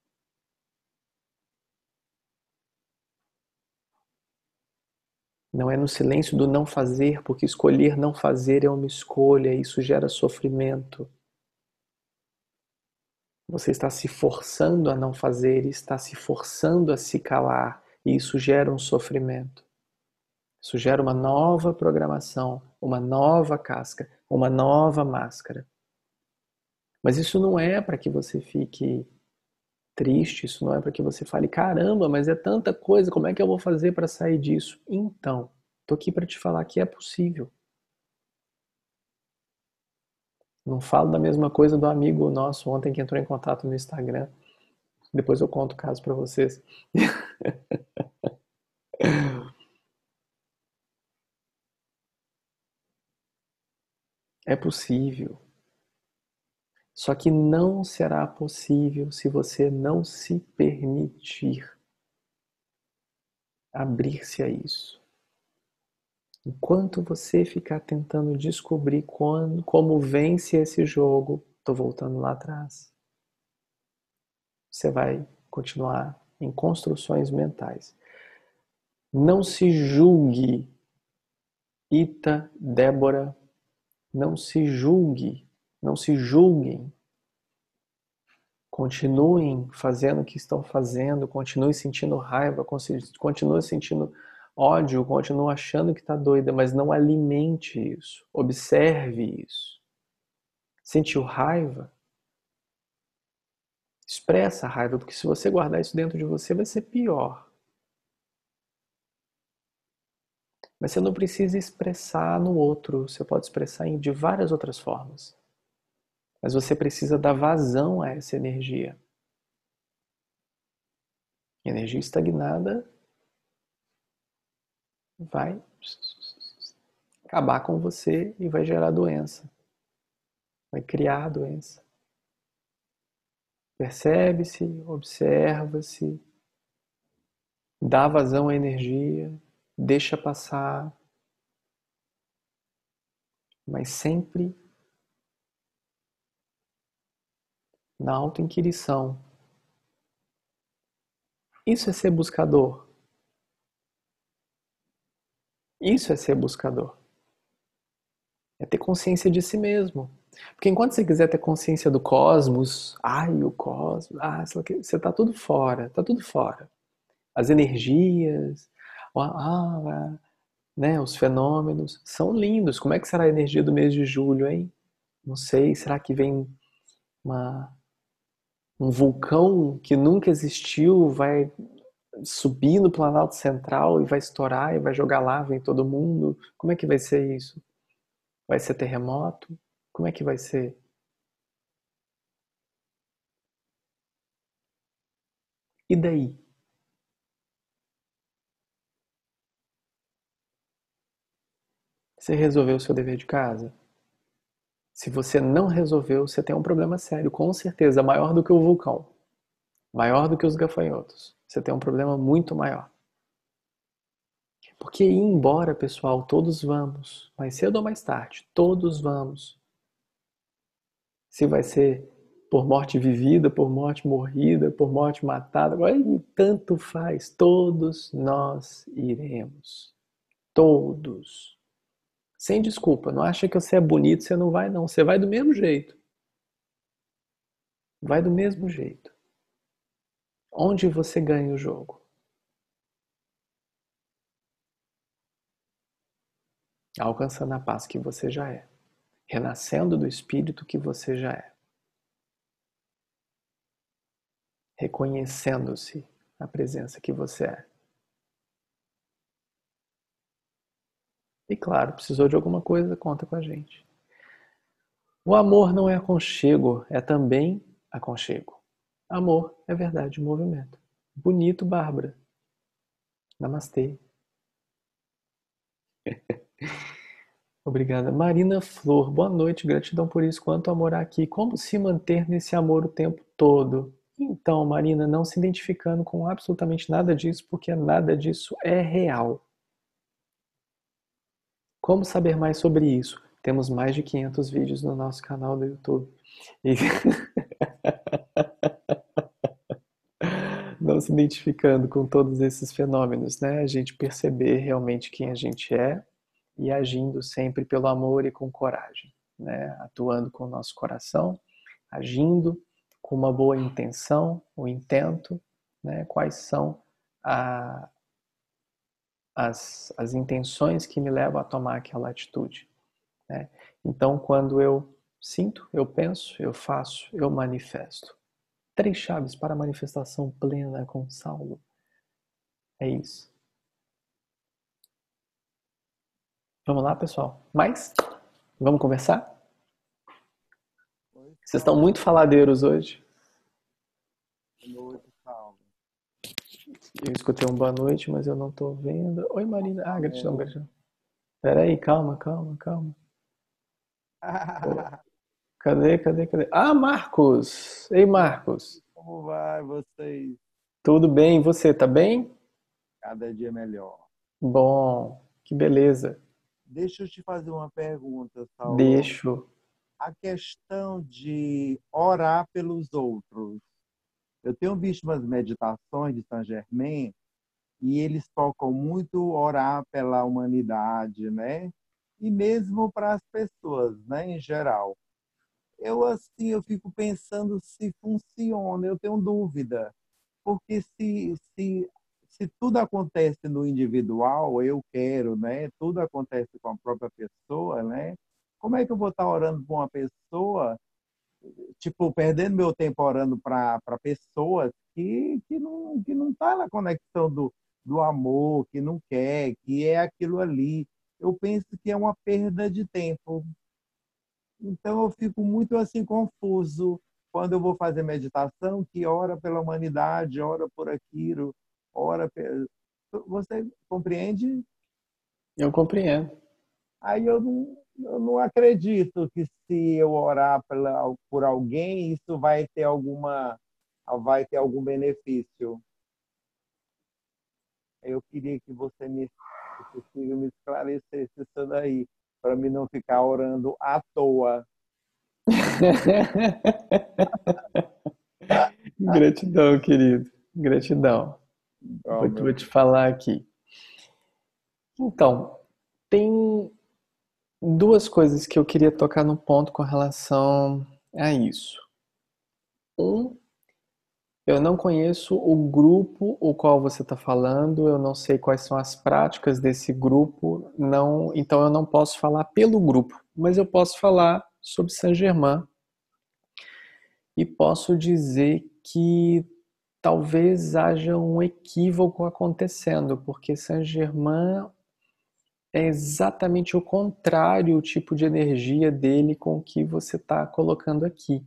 Não é no silêncio do não fazer, porque escolher não fazer é uma escolha, e isso gera sofrimento. Você está se forçando a não fazer e está se forçando a se calar, e isso gera um sofrimento. Isso gera uma nova programação, uma nova casca, uma nova máscara. Mas isso não é para que você fique triste, isso não é para que você fale, caramba, mas é tanta coisa, como é que eu vou fazer para sair disso? Então, estou aqui para te falar que é possível. Não falo da mesma coisa do amigo nosso ontem que entrou em contato no Instagram. Depois eu conto o caso para vocês. É possível. Só que não será possível se você não se permitir abrir-se a isso. Enquanto você ficar tentando descobrir quando, como vence esse jogo, estou voltando lá atrás, você vai continuar em construções mentais. Não se julgue, Ita, Débora, não se julgue, não se julguem. Continuem fazendo o que estão fazendo, continuem sentindo raiva, continuem sentindo ódio, continuem achando que está doida, mas não alimente isso, observe isso. Sentiu raiva? Expressa a raiva, porque se você guardar isso dentro de você vai ser pior. Mas você não precisa expressar no outro, você pode expressar de várias outras formas. Mas você precisa dar vazão a essa energia. Energia estagnada vai acabar com você e vai gerar doença. Vai criar doença. Percebe-se, observa-se, dá vazão à energia, deixa passar, mas sempre na autoinquirição. Isso é ser buscador. Isso é ser buscador. É ter consciência de si mesmo. Porque enquanto você quiser ter consciência do cosmos, ai, o cosmos, ah, você está tudo fora, está tudo fora. As energias, ah, né, os fenômenos são lindos. Como é que será a energia do mês de julho, hein? Não sei, será que vem uma, um vulcão que nunca existiu, vai subir no Planalto Central e vai estourar e vai jogar lava em todo mundo? Como é que vai ser isso? Vai ser terremoto? Como é que vai ser? E daí? Você resolveu o seu dever de casa? Se você não resolveu, você tem um problema sério, com certeza, maior do que o vulcão, maior do que os gafanhotos. Você tem um problema muito maior. Porque ir embora, pessoal, todos vamos, mais cedo ou mais tarde, todos vamos. Se vai ser por morte vivida, por morte morrida, por morte matada, agora tanto faz, todos nós iremos. Todos. Sem desculpa, não acha que você é bonito, você não vai não, você vai do mesmo jeito. Vai do mesmo jeito. Onde você ganha o jogo? Alcançando a paz que você já é. Renascendo do espírito que você já é. Reconhecendo-se a presença que você é. E claro, precisou de alguma coisa, conta com a gente. O amor não é aconchego, é também aconchego. Amor é verdade, movimento. Bonito, Bárbara. Namastê. Obrigada. Marina Flor, boa noite, gratidão por isso. Quanto amor há aqui. Como se manter nesse amor o tempo todo? Então, Marina, não se identificando com absolutamente nada disso, porque nada disso é real. Como saber mais sobre isso? Temos mais de quinhentos vídeos no nosso canal do YouTube. E... não se identificando com todos esses fenômenos, né? A gente perceber realmente quem a gente é e agindo sempre pelo amor e com coragem, né? Atuando com o nosso coração, agindo com uma boa intenção, o intento, né? Quais são a, as, as intenções que me levam a tomar aquela atitude, né? Então, quando eu sinto, eu penso, eu faço, eu manifesto. Três chaves para a manifestação plena com Saulo. É isso. Vamos lá, pessoal? Mais? Vamos conversar? Vocês estão muito faladeiros hoje. Boa noite, Saulo. Eu escutei um boa noite, mas eu não estou vendo. Oi, Marina. Ah, gratidão, gratidão. Espera aí, calma, calma, calma. Pô, cadê, cadê, cadê? Ah, Marcos! Ei, Marcos. Como vai vocês? Tudo bem? E você, tá bem? Cada dia melhor. Bom, que beleza. Deixa eu te fazer uma pergunta, Saulo. Deixo. A questão de orar pelos outros. Eu tenho visto umas meditações de Saint Germain e eles tocam muito orar pela humanidade, né? E mesmo para as pessoas, né, em geral. Eu, assim, eu fico pensando se funciona, eu tenho dúvida. Porque se, se, se tudo acontece no individual, eu quero, né? Tudo acontece com a própria pessoa, né? Como é que eu vou estar orando para uma pessoa, tipo, perdendo meu tempo orando para pessoas que, que não que não tá na conexão do, do amor, que não quer, que é aquilo ali. Eu penso que é uma perda de tempo. Então eu fico muito assim confuso quando eu vou fazer meditação, que ora pela humanidade, ora por aquilo, ora... Pe... Você compreende? Eu compreendo. Aí eu não, eu não acredito que se eu orar pela, por alguém, isso vai ter alguma, vai ter algum benefício. Eu queria que você me, que você me esclarecesse isso daí, para mim não ficar orando à toa. Gratidão, querido. Gratidão. Oh, Vou, vou te falar aqui. Então, tem duas coisas que eu queria tocar no ponto com relação a isso. Um, eu não conheço o grupo o qual você está falando, eu não sei quais são as práticas desse grupo, não, então eu não posso falar pelo grupo, mas eu posso falar sobre Saint-Germain e posso dizer que talvez haja um equívoco acontecendo, porque Saint-Germain é exatamente o contrário o tipo de energia dele com o que você está colocando aqui.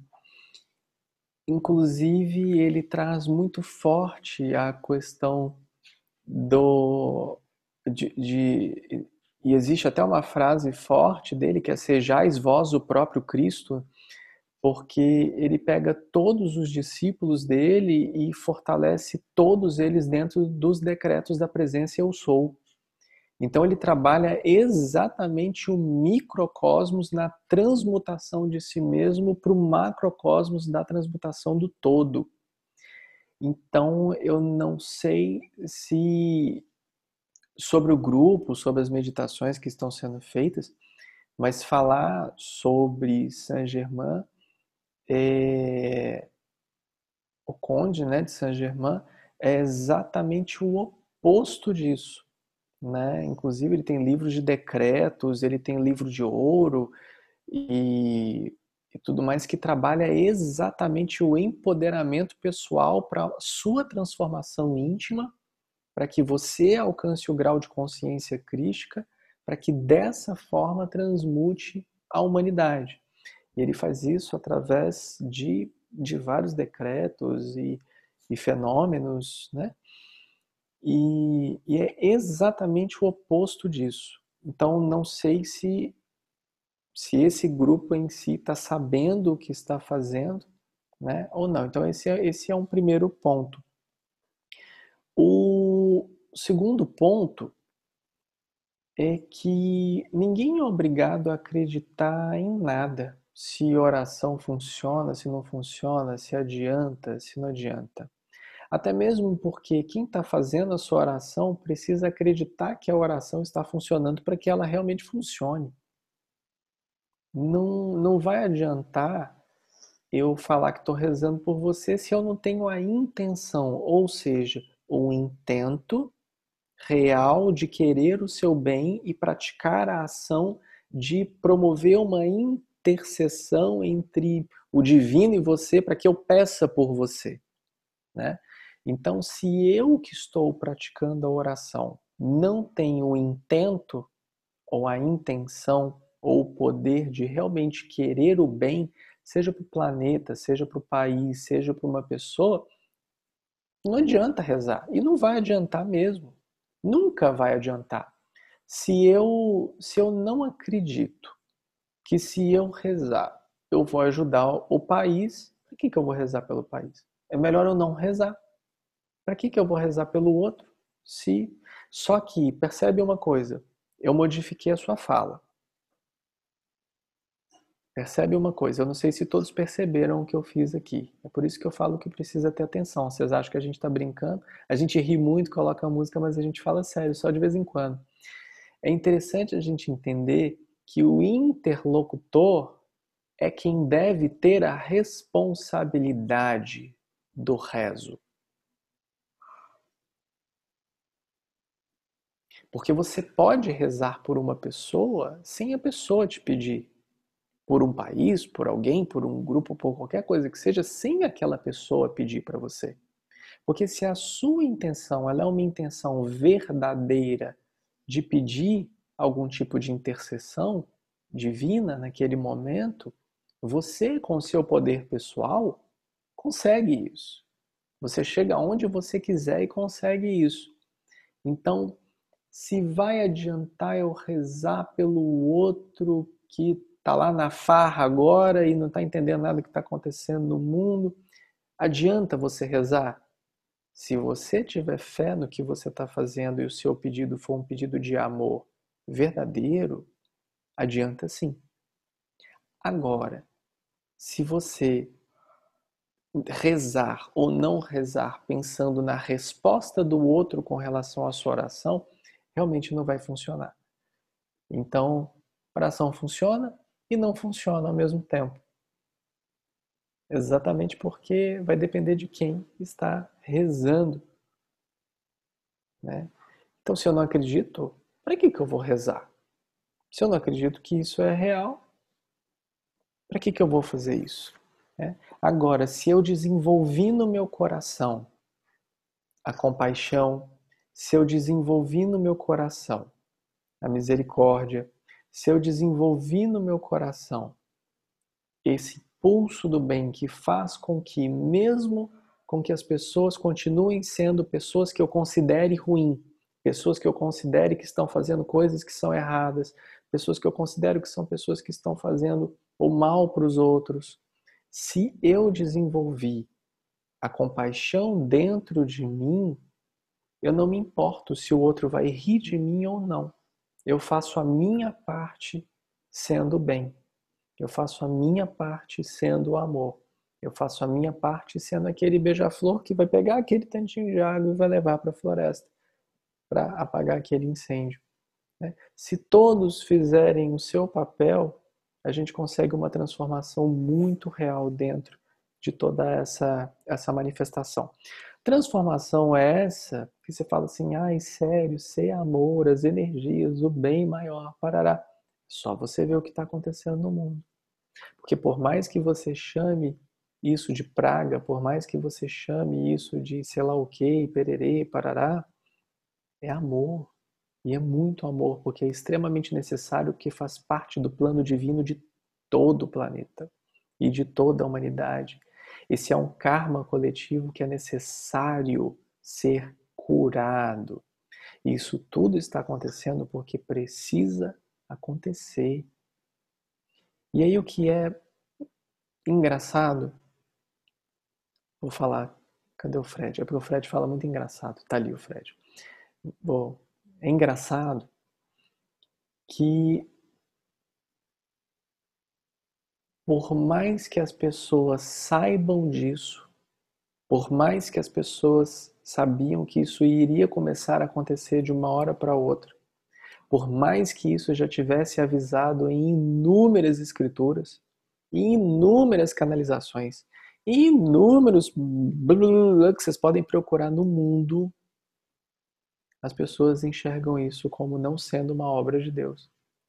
Inclusive, ele traz muito forte a questão do, de, de E existe até uma frase forte dele que é: sejais vós o próprio Cristo, porque ele pega todos os discípulos dele e fortalece todos eles dentro dos decretos da presença eu sou. Então ele trabalha exatamente o microcosmos na transmutação de si mesmo para o macrocosmos da transmutação do todo. Então eu não sei se sobre o grupo, sobre as meditações que estão sendo feitas, mas falar sobre Saint-Germain, é... o Conde, né, de Saint-Germain, é exatamente o oposto disso. Né? Inclusive ele tem livros de decretos, ele tem livro de ouro e, e tudo mais que trabalha exatamente o empoderamento pessoal para a sua transformação íntima, para que você alcance o grau de consciência crística, para que dessa forma transmute a humanidade. E ele faz isso através de, de vários decretos e, e fenômenos, né? E, e é exatamente o oposto disso. Então, não sei se, se esse grupo em si está sabendo o que está fazendo, né, ou não. Então, esse é, esse é um primeiro ponto. O segundo ponto é que ninguém é obrigado a acreditar em nada. Se oração funciona, se não funciona, se adianta, se não adianta. Até mesmo porque quem está fazendo a sua oração precisa acreditar que a oração está funcionando para que ela realmente funcione. Não, não vai adiantar eu falar que estou rezando por você se eu não tenho a intenção, ou seja, o intento real de querer o seu bem e praticar a ação de promover uma intercessão entre o divino e você para que eu peça por você, né? Então, se eu que estou praticando a oração não tenho o intento ou a intenção ou o poder de realmente querer o bem, seja para o planeta, seja para o país, seja para uma pessoa, não adianta rezar. E não vai adiantar mesmo. Nunca vai adiantar. Se eu, se eu não acredito que se eu rezar, eu vou ajudar o país, por que, que eu vou rezar pelo país? É melhor eu não rezar. Para que, que eu vou rezar pelo outro? Se... Só que, percebe uma coisa, eu modifiquei a sua fala. Percebe uma coisa, eu não sei se todos perceberam o que eu fiz aqui. É por isso que eu falo que precisa ter atenção. Vocês acham que a gente está brincando? A gente ri muito, coloca a música, mas a gente fala sério, só de vez em quando. É interessante a gente entender que o interlocutor é quem deve ter a responsabilidade do rezo. Porque você pode rezar por uma pessoa sem a pessoa te pedir. Por um país, por alguém, por um grupo, por qualquer coisa que seja, sem aquela pessoa pedir para você. Porque se a sua intenção ela é uma intenção verdadeira de pedir algum tipo de intercessão divina naquele momento, você, com o seu poder pessoal, consegue isso. Você chega onde você quiser e consegue isso. Então, se vai adiantar eu rezar pelo outro que está lá na farra agora e não está entendendo nada do que está acontecendo no mundo, adianta você rezar? Se você tiver fé no que você está fazendo e o seu pedido for um pedido de amor verdadeiro, adianta sim. Agora, se você rezar ou não rezar pensando na resposta do outro com relação à sua oração, realmente não vai funcionar. Então, a oração funciona e não funciona ao mesmo tempo. Exatamente porque vai depender de quem está rezando, né? Então, se eu não acredito, para que, que eu vou rezar? Se eu não acredito que isso é real, para que, que eu vou fazer isso? É? Agora, se eu desenvolvi no meu coração a compaixão, se eu desenvolvi no meu coração a misericórdia, se eu desenvolvi no meu coração esse pulso do bem que faz com que, mesmo com que as pessoas continuem sendo pessoas que eu considere ruim, pessoas que eu considere que estão fazendo coisas que são erradas, pessoas que eu considero que são pessoas que estão fazendo o mal para os outros. Se eu desenvolvi a compaixão dentro de mim, eu não me importo se o outro vai rir de mim ou não. Eu faço a minha parte sendo bem. Eu faço a minha parte sendo o amor. Eu faço a minha parte sendo aquele beija-flor que vai pegar aquele tantinho de água e vai levar para a floresta para apagar aquele incêndio. Né? Se todos fizerem o seu papel, a gente consegue uma transformação muito real dentro de toda essa, essa manifestação. Transformação é essa que você fala assim, ai, sério, ser amor, as energias, o bem maior, parará. Só você vê o que está acontecendo no mundo. Porque por mais que você chame isso de praga, por mais que você chame isso de sei lá o que, pererê, parará, é amor. E é muito amor, porque é extremamente necessário, porque faz parte do plano divino de todo o planeta e de toda a humanidade. Esse é um karma coletivo que é necessário ser curado. E isso tudo está acontecendo porque precisa acontecer. E aí o que é engraçado, vou falar, cadê o Fred? É porque o Fred fala muito engraçado, tá ali o Fred. Bom, é engraçado que por mais que as pessoas saibam disso, por mais que as pessoas sabiam que isso iria começar a acontecer de uma hora para outra, por mais que isso já tivesse avisado em inúmeras escrituras, em inúmeras canalizações, em inúmeros blá, blá, blá, que vocês podem procurar no mundo, as pessoas enxergam isso como não sendo uma obra de Deus.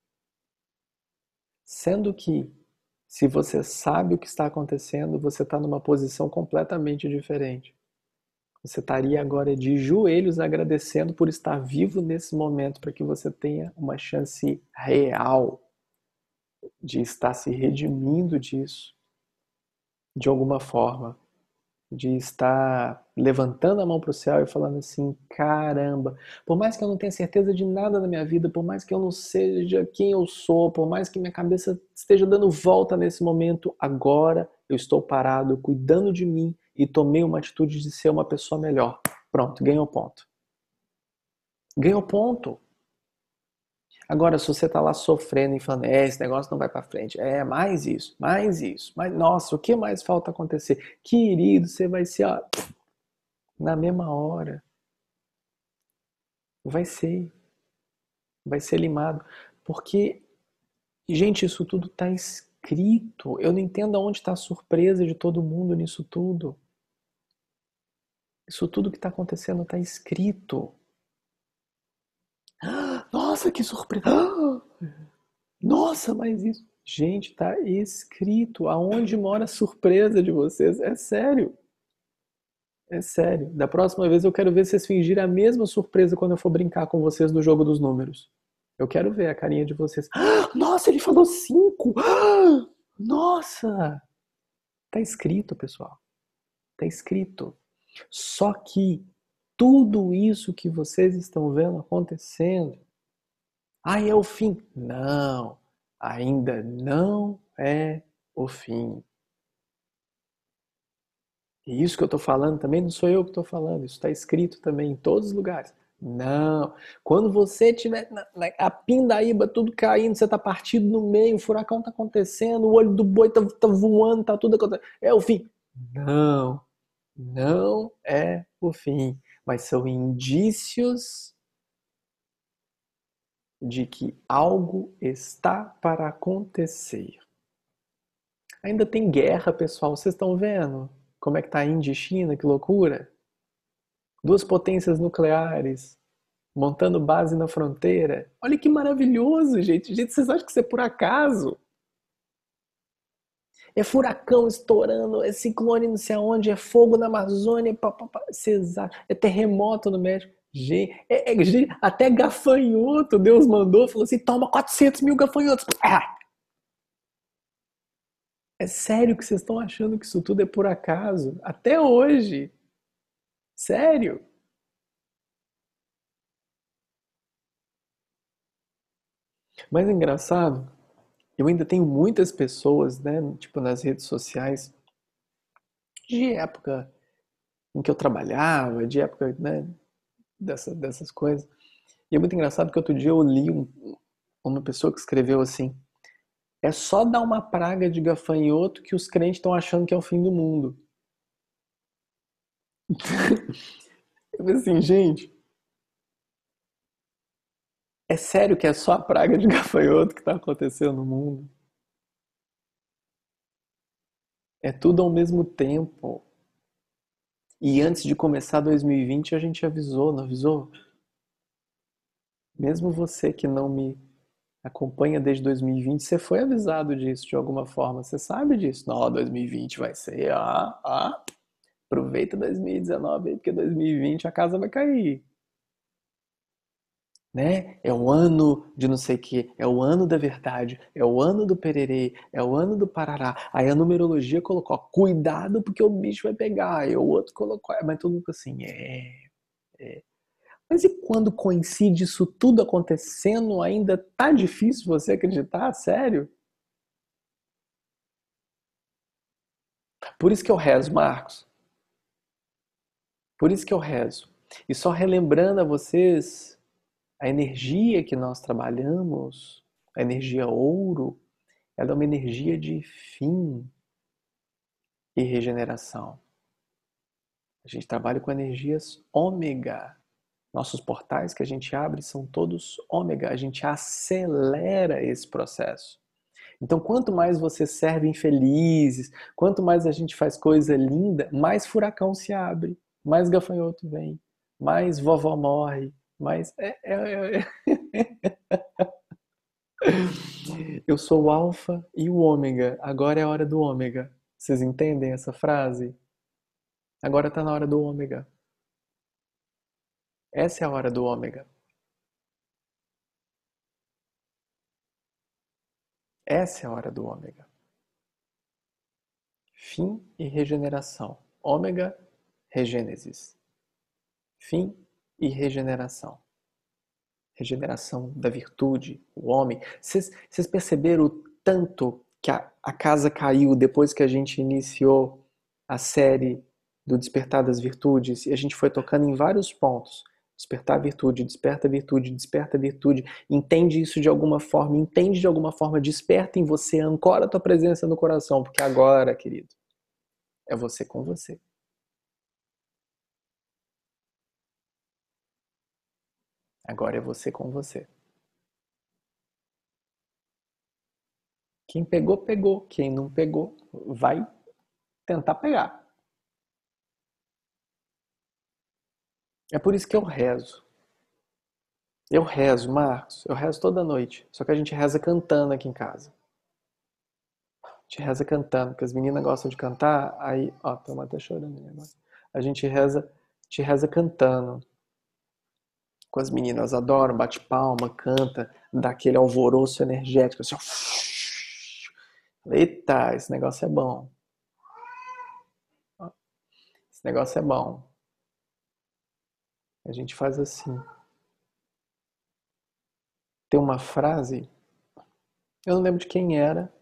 Sendo que, se você sabe o que está acontecendo, você está numa posição completamente diferente. Você estaria agora de joelhos agradecendo por estar vivo nesse momento, para que você tenha uma chance real de estar se redimindo disso, de alguma forma, de estar levantando a mão para o céu e falando assim, caramba, por mais que eu não tenha certeza de nada na minha vida, por mais que eu não seja quem eu sou, por mais que minha cabeça esteja dando volta nesse momento, agora eu estou parado, cuidando de mim e tomei uma atitude de ser uma pessoa melhor. Pronto, ganhou ponto. Ganhou ponto. Agora, se você está lá sofrendo e falando, é, esse negócio não vai para frente, é, mais isso, mais isso, mais, nossa, o que mais falta acontecer? Querido, você vai ser, ó, na mesma hora. Vai ser. Vai ser limado. Porque, gente, isso tudo está escrito. Eu não entendo aonde está a surpresa de todo mundo nisso tudo. Isso tudo que está acontecendo está escrito. Nossa, que surpresa! Nossa, mas isso... Gente, tá escrito. Aonde mora a surpresa de vocês? É sério. É sério. Da próxima vez eu quero ver vocês fingirem a mesma surpresa quando eu for brincar com vocês no jogo dos números. Eu quero ver a carinha de vocês. Nossa, ele falou cinco! Nossa! Tá escrito, pessoal. Tá escrito. Só que tudo isso que vocês estão vendo acontecendo, ah, é o fim. Não, ainda não é o fim. E isso que eu estou falando também não sou eu que estou falando, isso está escrito também em todos os lugares. Não, quando você tiver na, na, a pindaíba tudo caindo, você está partido no meio, o furacão está acontecendo, o olho do boi está tá voando, está tudo acontecendo, é o fim. Não, não é o fim, mas são indícios de que algo está para acontecer. Ainda tem guerra, pessoal, vocês estão vendo? Como é que tá a Índia e China, que loucura. Duas potências nucleares, montando base na fronteira. Olha que maravilhoso, gente. Gente, vocês acham que isso é por acaso? É furacão estourando, é ciclone não sei aonde, é fogo na Amazônia, pá, pá, pá. Vocês acham? É terremoto no México. Gente, é, é, gente, até gafanhoto Deus mandou, falou assim, toma quatrocentos mil gafanhotos. Ah! É sério que vocês estão achando que isso tudo é por acaso? Até hoje. Sério. Mas é engraçado, eu ainda tenho muitas pessoas, né, tipo nas redes sociais, de época em que eu trabalhava, de época, né, dessa, dessas coisas. E é muito engraçado que outro dia eu li um, uma pessoa que escreveu assim: é só dar uma praga de gafanhoto que os crentes estão achando que é o fim do mundo. Eu falei assim, gente, é sério que é só a praga de gafanhoto que está acontecendo no mundo? É tudo ao mesmo tempo. E antes de começar dois mil e vinte a gente avisou, não avisou? Mesmo você que não me acompanha desde dois mil e vinte, você foi avisado disso de alguma forma. Você sabe disso. Não, dois mil e vinte vai ser, ah, ah, aproveita dois mil e dezenove aí, porque dois mil e vinte a casa vai cair. Né? É o ano de não sei o que, é o ano da verdade, é o ano do pererê, é o ano do parará. Aí a numerologia colocou, cuidado porque o bicho vai pegar. Aí o outro colocou, mas todo mundo assim, é, é. Mas e quando coincide isso tudo acontecendo, ainda tá difícil você acreditar? Sério? Por isso que eu rezo, Marcos. Por isso que eu rezo. E só relembrando a vocês a energia que nós trabalhamos, a energia ouro, ela é uma energia de fim e regeneração. A gente trabalha com energias ômega. Nossos portais que a gente abre são todos ômega. A gente acelera esse processo. Então, quanto mais vocês servem felizes, quanto mais a gente faz coisa linda, mais furacão se abre, mais gafanhoto vem, mais vovó morre, mais... É, é, é. Eu sou o alfa e o ômega, agora é a hora do ômega. Vocês entendem essa frase? Agora está na hora do ômega. Essa é a hora do ômega. Essa é a hora do ômega. Fim e regeneração. Ômega, regênesis. Fim e regeneração. Regeneração da virtude, o homem. Vocês perceberam o tanto que a, a casa caiu depois que a gente iniciou a série do Despertar das Virtudes? E a gente foi tocando em vários pontos. Despertar a virtude, desperta a virtude, desperta a virtude. Entende isso de alguma forma, entende de alguma forma, desperta em você, ancora a tua presença no coração, porque agora, querido, é você com você. Agora é você com você. Quem pegou, pegou. Quem não pegou, vai tentar pegar. É por isso que eu rezo. Eu rezo, Marcos, eu rezo toda noite. Só que a gente reza cantando aqui em casa. A gente reza cantando, porque as meninas gostam de cantar, aí, ó, estamos até chorando agora. A gente reza, a gente reza cantando. Com as meninas, adoram, bate palma, canta, dá aquele alvoroço energético, assim, ó. Eita, esse negócio é bom. Esse negócio é bom. A gente faz assim. Tem uma frase, eu não lembro de quem era,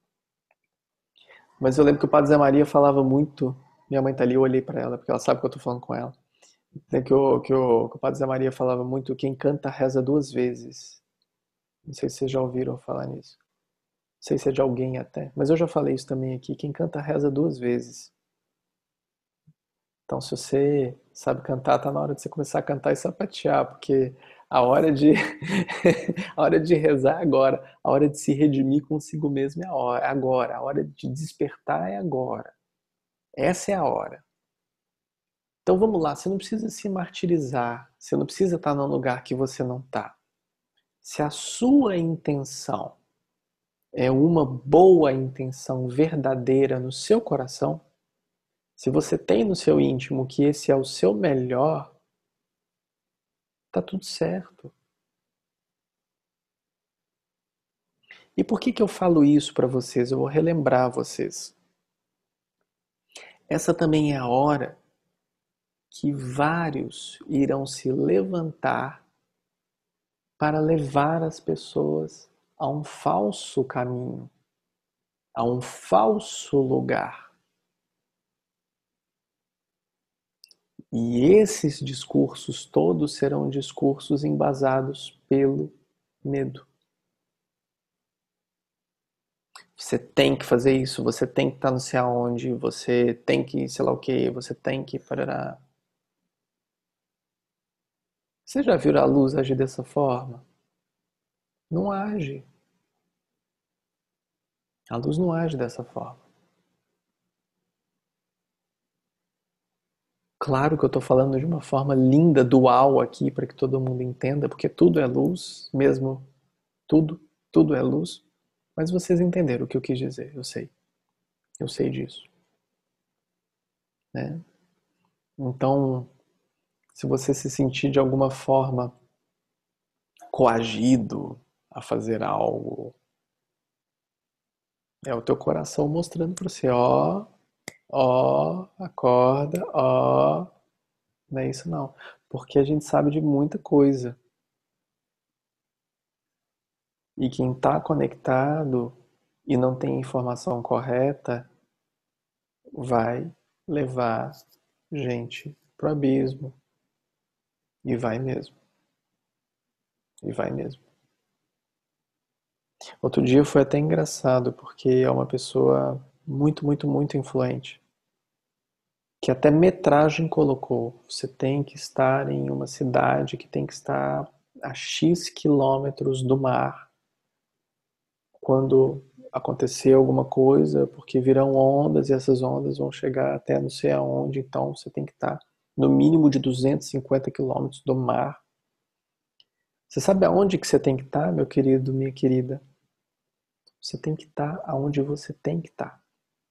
mas eu lembro que o Padre Zé Maria falava muito. Minha mãe tá ali, eu olhei pra ela, porque ela sabe que eu tô falando com ela. Que o, que, o, que o Padre Zé Maria falava muito, quem canta reza duas vezes. Não sei se vocês já ouviram falar nisso. Não sei se é de alguém até, mas eu já falei isso também aqui. Quem canta reza duas vezes. Então, se você sabe cantar, tá na hora de você começar a cantar e sapatear, porque a hora de a hora de rezar é agora, a hora de se redimir consigo mesmo é a hora, é agora, a hora de despertar é agora. Essa é a hora. Então vamos lá, você não precisa se martirizar, você não precisa estar num lugar que você não está. Se a sua intenção é uma boa intenção verdadeira no seu coração, se você tem no seu íntimo que esse é o seu melhor, tá tudo certo. E por que que eu falo isso para vocês? Eu vou relembrar vocês. Essa também é a hora que vários irão se levantar para levar as pessoas a um falso caminho, a um falso lugar. E esses discursos todos serão discursos embasados pelo medo. Você tem que fazer isso, você tem que estar não sei aonde, você tem que sei lá o que, você tem que parará. Você já viu a luz agir dessa forma? Não age. A luz não age dessa forma. Claro que eu estou falando de uma forma linda, dual aqui, para que todo mundo entenda, porque tudo é luz, mesmo tudo, tudo é luz. Mas vocês entenderam o que eu quis dizer, eu sei. Eu sei disso. Né? Então, se você se sentir de alguma forma coagido a fazer algo, é o teu coração mostrando para você, ó, ó, acorda, ó. Não é isso não. Porque a gente sabe de muita coisa. E quem está conectado e não tem informação correta vai levar gente pro abismo. E vai mesmo. E vai mesmo. Outro dia foi até engraçado, porque é uma pessoa muito, muito, muito influente. Que até metragem colocou. Você tem que estar em uma cidade que tem que estar a X quilômetros do mar quando acontecer alguma coisa, porque virão ondas e essas ondas vão chegar até não sei aonde, então você tem que estar no mínimo de duzentos e cinquenta quilômetros do mar. Você sabe aonde que você tem que estar, meu querido, minha querida? Você tem que estar aonde você tem que estar.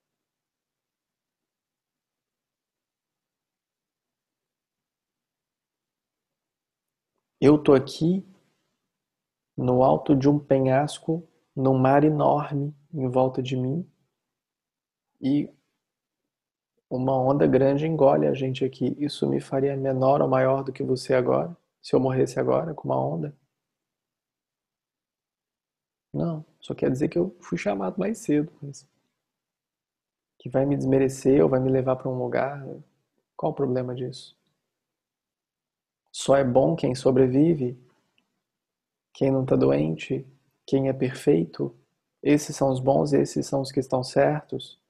Eu tô aqui no alto de um penhasco, num mar enorme em volta de mim, e uma onda grande engole a gente aqui. Isso me faria menor ou maior do que você agora? Se eu morresse agora com uma onda? Não, só quer dizer que eu fui chamado mais cedo. Mas que vai me desmerecer ou vai me levar para um lugar? Qual o problema disso? Só é bom quem sobrevive, quem não está doente, quem é perfeito. Esses são os bons, esses são os que estão certos.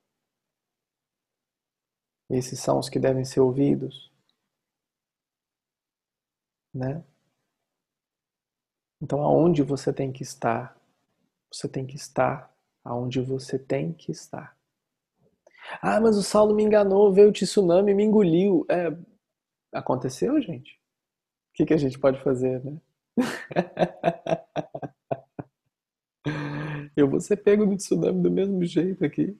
Esses são os que devem ser ouvidos, né? Então, aonde você tem que estar? Você tem que estar aonde você tem que estar. Ah, mas o Saulo me enganou, veio o tsunami e me engoliu. É, aconteceu, gente? O que, que a gente pode fazer, né? Eu vou ser pego no tsunami do mesmo jeito aqui.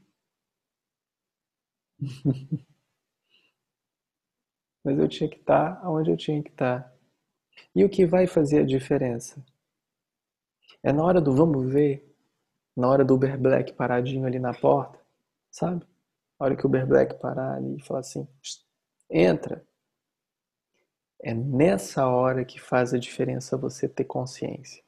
Mas eu tinha que estar onde eu tinha que estar. E o que vai fazer a diferença? É na hora do vamos ver, na hora do Uber Black paradinho ali na porta, sabe? Na hora que o Uber Black parar ali e falar assim, entra. É nessa hora que faz a diferença você ter consciência.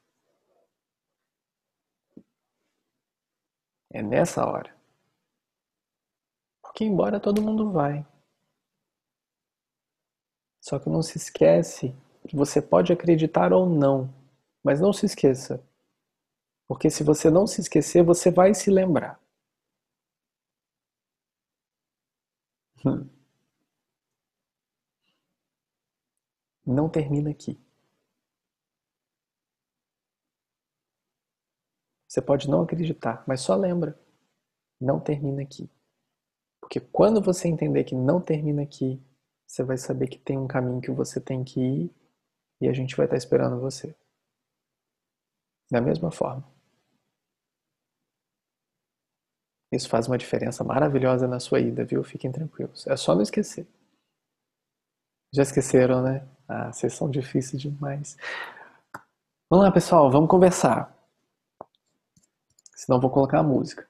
É nessa hora. Porque embora todo mundo vai. Só que não se esquece que você pode acreditar ou não, mas não se esqueça. Porque se você não se esquecer, você vai se lembrar. Hum. Não termina aqui. Você pode não acreditar, mas só lembra. Não termina aqui. Porque quando você entender que não termina aqui, você vai saber que tem um caminho que você tem que ir e a gente vai estar esperando você. Da mesma forma. Isso faz uma diferença maravilhosa na sua ida, viu? Fiquem tranquilos. É só não esquecer. Já esqueceram, né? Ah, vocês são difíceis demais. Vamos lá, pessoal, vamos conversar. Senão eu vou colocar a música.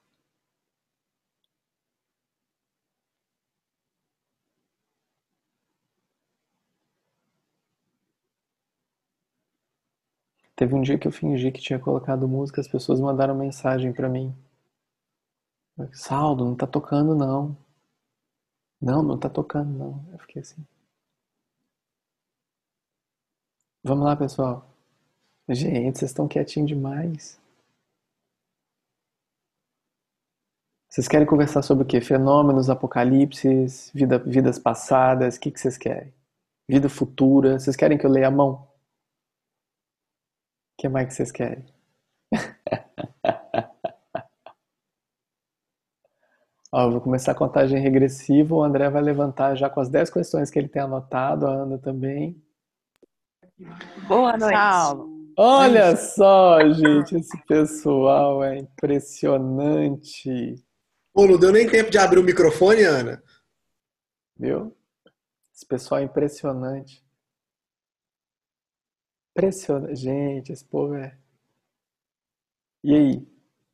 Teve um dia que eu fingi que tinha colocado música, as pessoas mandaram mensagem pra mim. Saulo, não tá tocando não. Não, não tá tocando não. Eu fiquei assim. Vamos lá, pessoal. Gente, vocês estão quietinhos demais. Vocês querem conversar sobre o quê? Fenômenos, apocalipses, vida, vidas passadas? O que, que vocês querem? Vida futura? Vocês querem que eu leia a mão? O que mais que vocês querem? Ó, eu vou começar a contagem regressiva. O André vai levantar já com as dez questões que ele tem anotado. A Ana também. Boa noite. Saulo. Olha só, gente, esse pessoal é impressionante. Pô, não deu nem tempo de abrir o microfone, Ana. Viu? Esse pessoal é impressionante. Impressionante. Gente, esse povo é... E aí?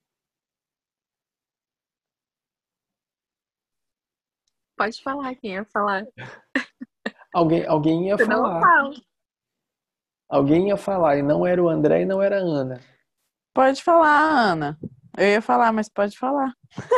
Pode falar, quem ia falar? Alguém, alguém ia Senão eu falar. falo. Alguém ia falar, e não era o André e não era a Ana. Pode falar, Ana. Eu ia falar, mas pode falar.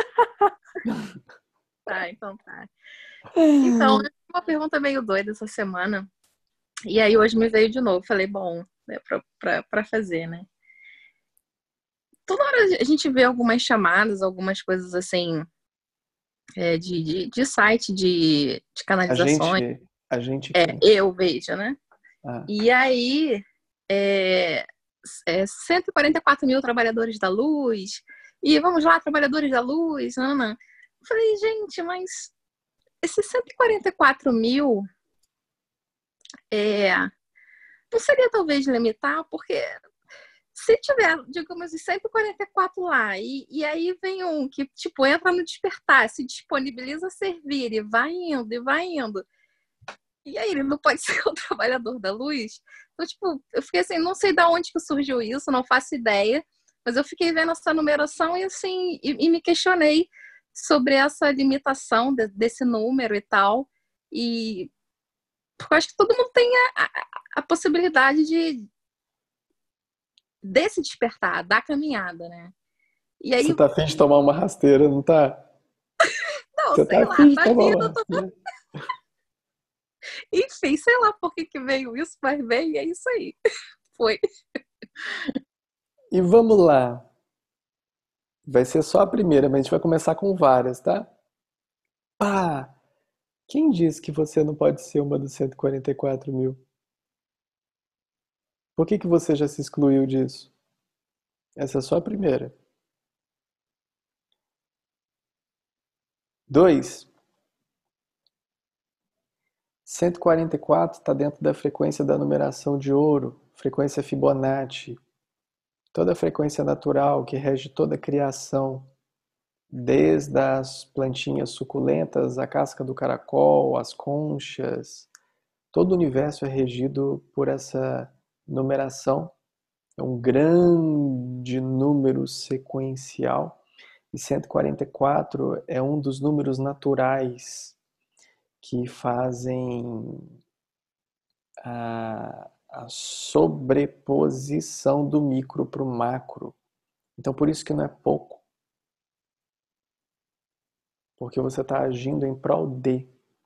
Tá, então tá. Então, eu tive uma pergunta meio doida essa semana. E aí hoje me veio de novo. Falei, bom, é pra, pra, pra fazer, né? Toda hora a gente vê algumas chamadas, algumas coisas assim, é, de, de, de site, de, de A canalizações. gente, a gente É, quem? eu vejo, né? Ah, E aí, é, é cento e quarenta e quatro mil trabalhadores da luz. E vamos lá, trabalhadores da luz. Não, não. Eu falei, gente, mas esses cento e quarenta e quatro mil é, não seria talvez limitar? Porque se tiver, digamos, os cento e quarenta e quatro lá, e, e aí vem um que, tipo, entra no despertar, se disponibiliza a servir, e vai indo, e vai indo. E aí, ele não pode ser o trabalhador da luz? Então, tipo, eu fiquei assim, não sei de onde que surgiu isso, não faço ideia, mas eu fiquei vendo essa numeração e, assim, e, e me questionei sobre essa limitação de, desse número e tal. E porque eu acho que todo mundo tem a, a, a possibilidade de desse despertar, da caminhada, né? E aí, você tá afim de tomar uma rasteira, não tá? não, Você sei tá lá, afim de tá tomar uma vindo, rasteira? enfim, sei lá por que que veio isso, mas veio e é isso aí. Foi. E vamos lá. Vai ser só a primeira, mas a gente vai começar com várias, tá? Pá! Quem disse que você não pode ser uma dos cento e quarenta e quatro mil? Por que que você já se excluiu disso? Essa é só a primeira. Dois. cento e quarenta e quatro está dentro da frequência da numeração de ouro, frequência Fibonacci. Toda a frequência natural que rege toda a criação, desde as plantinhas suculentas, a casca do caracol, as conchas. Todo o universo é regido por essa numeração. É um grande número sequencial. E cento e quarenta e quatro é um dos números naturais que fazem a, a sobreposição do micro para o macro. Então, por isso que não é pouco. Porque você está agindo em prol de.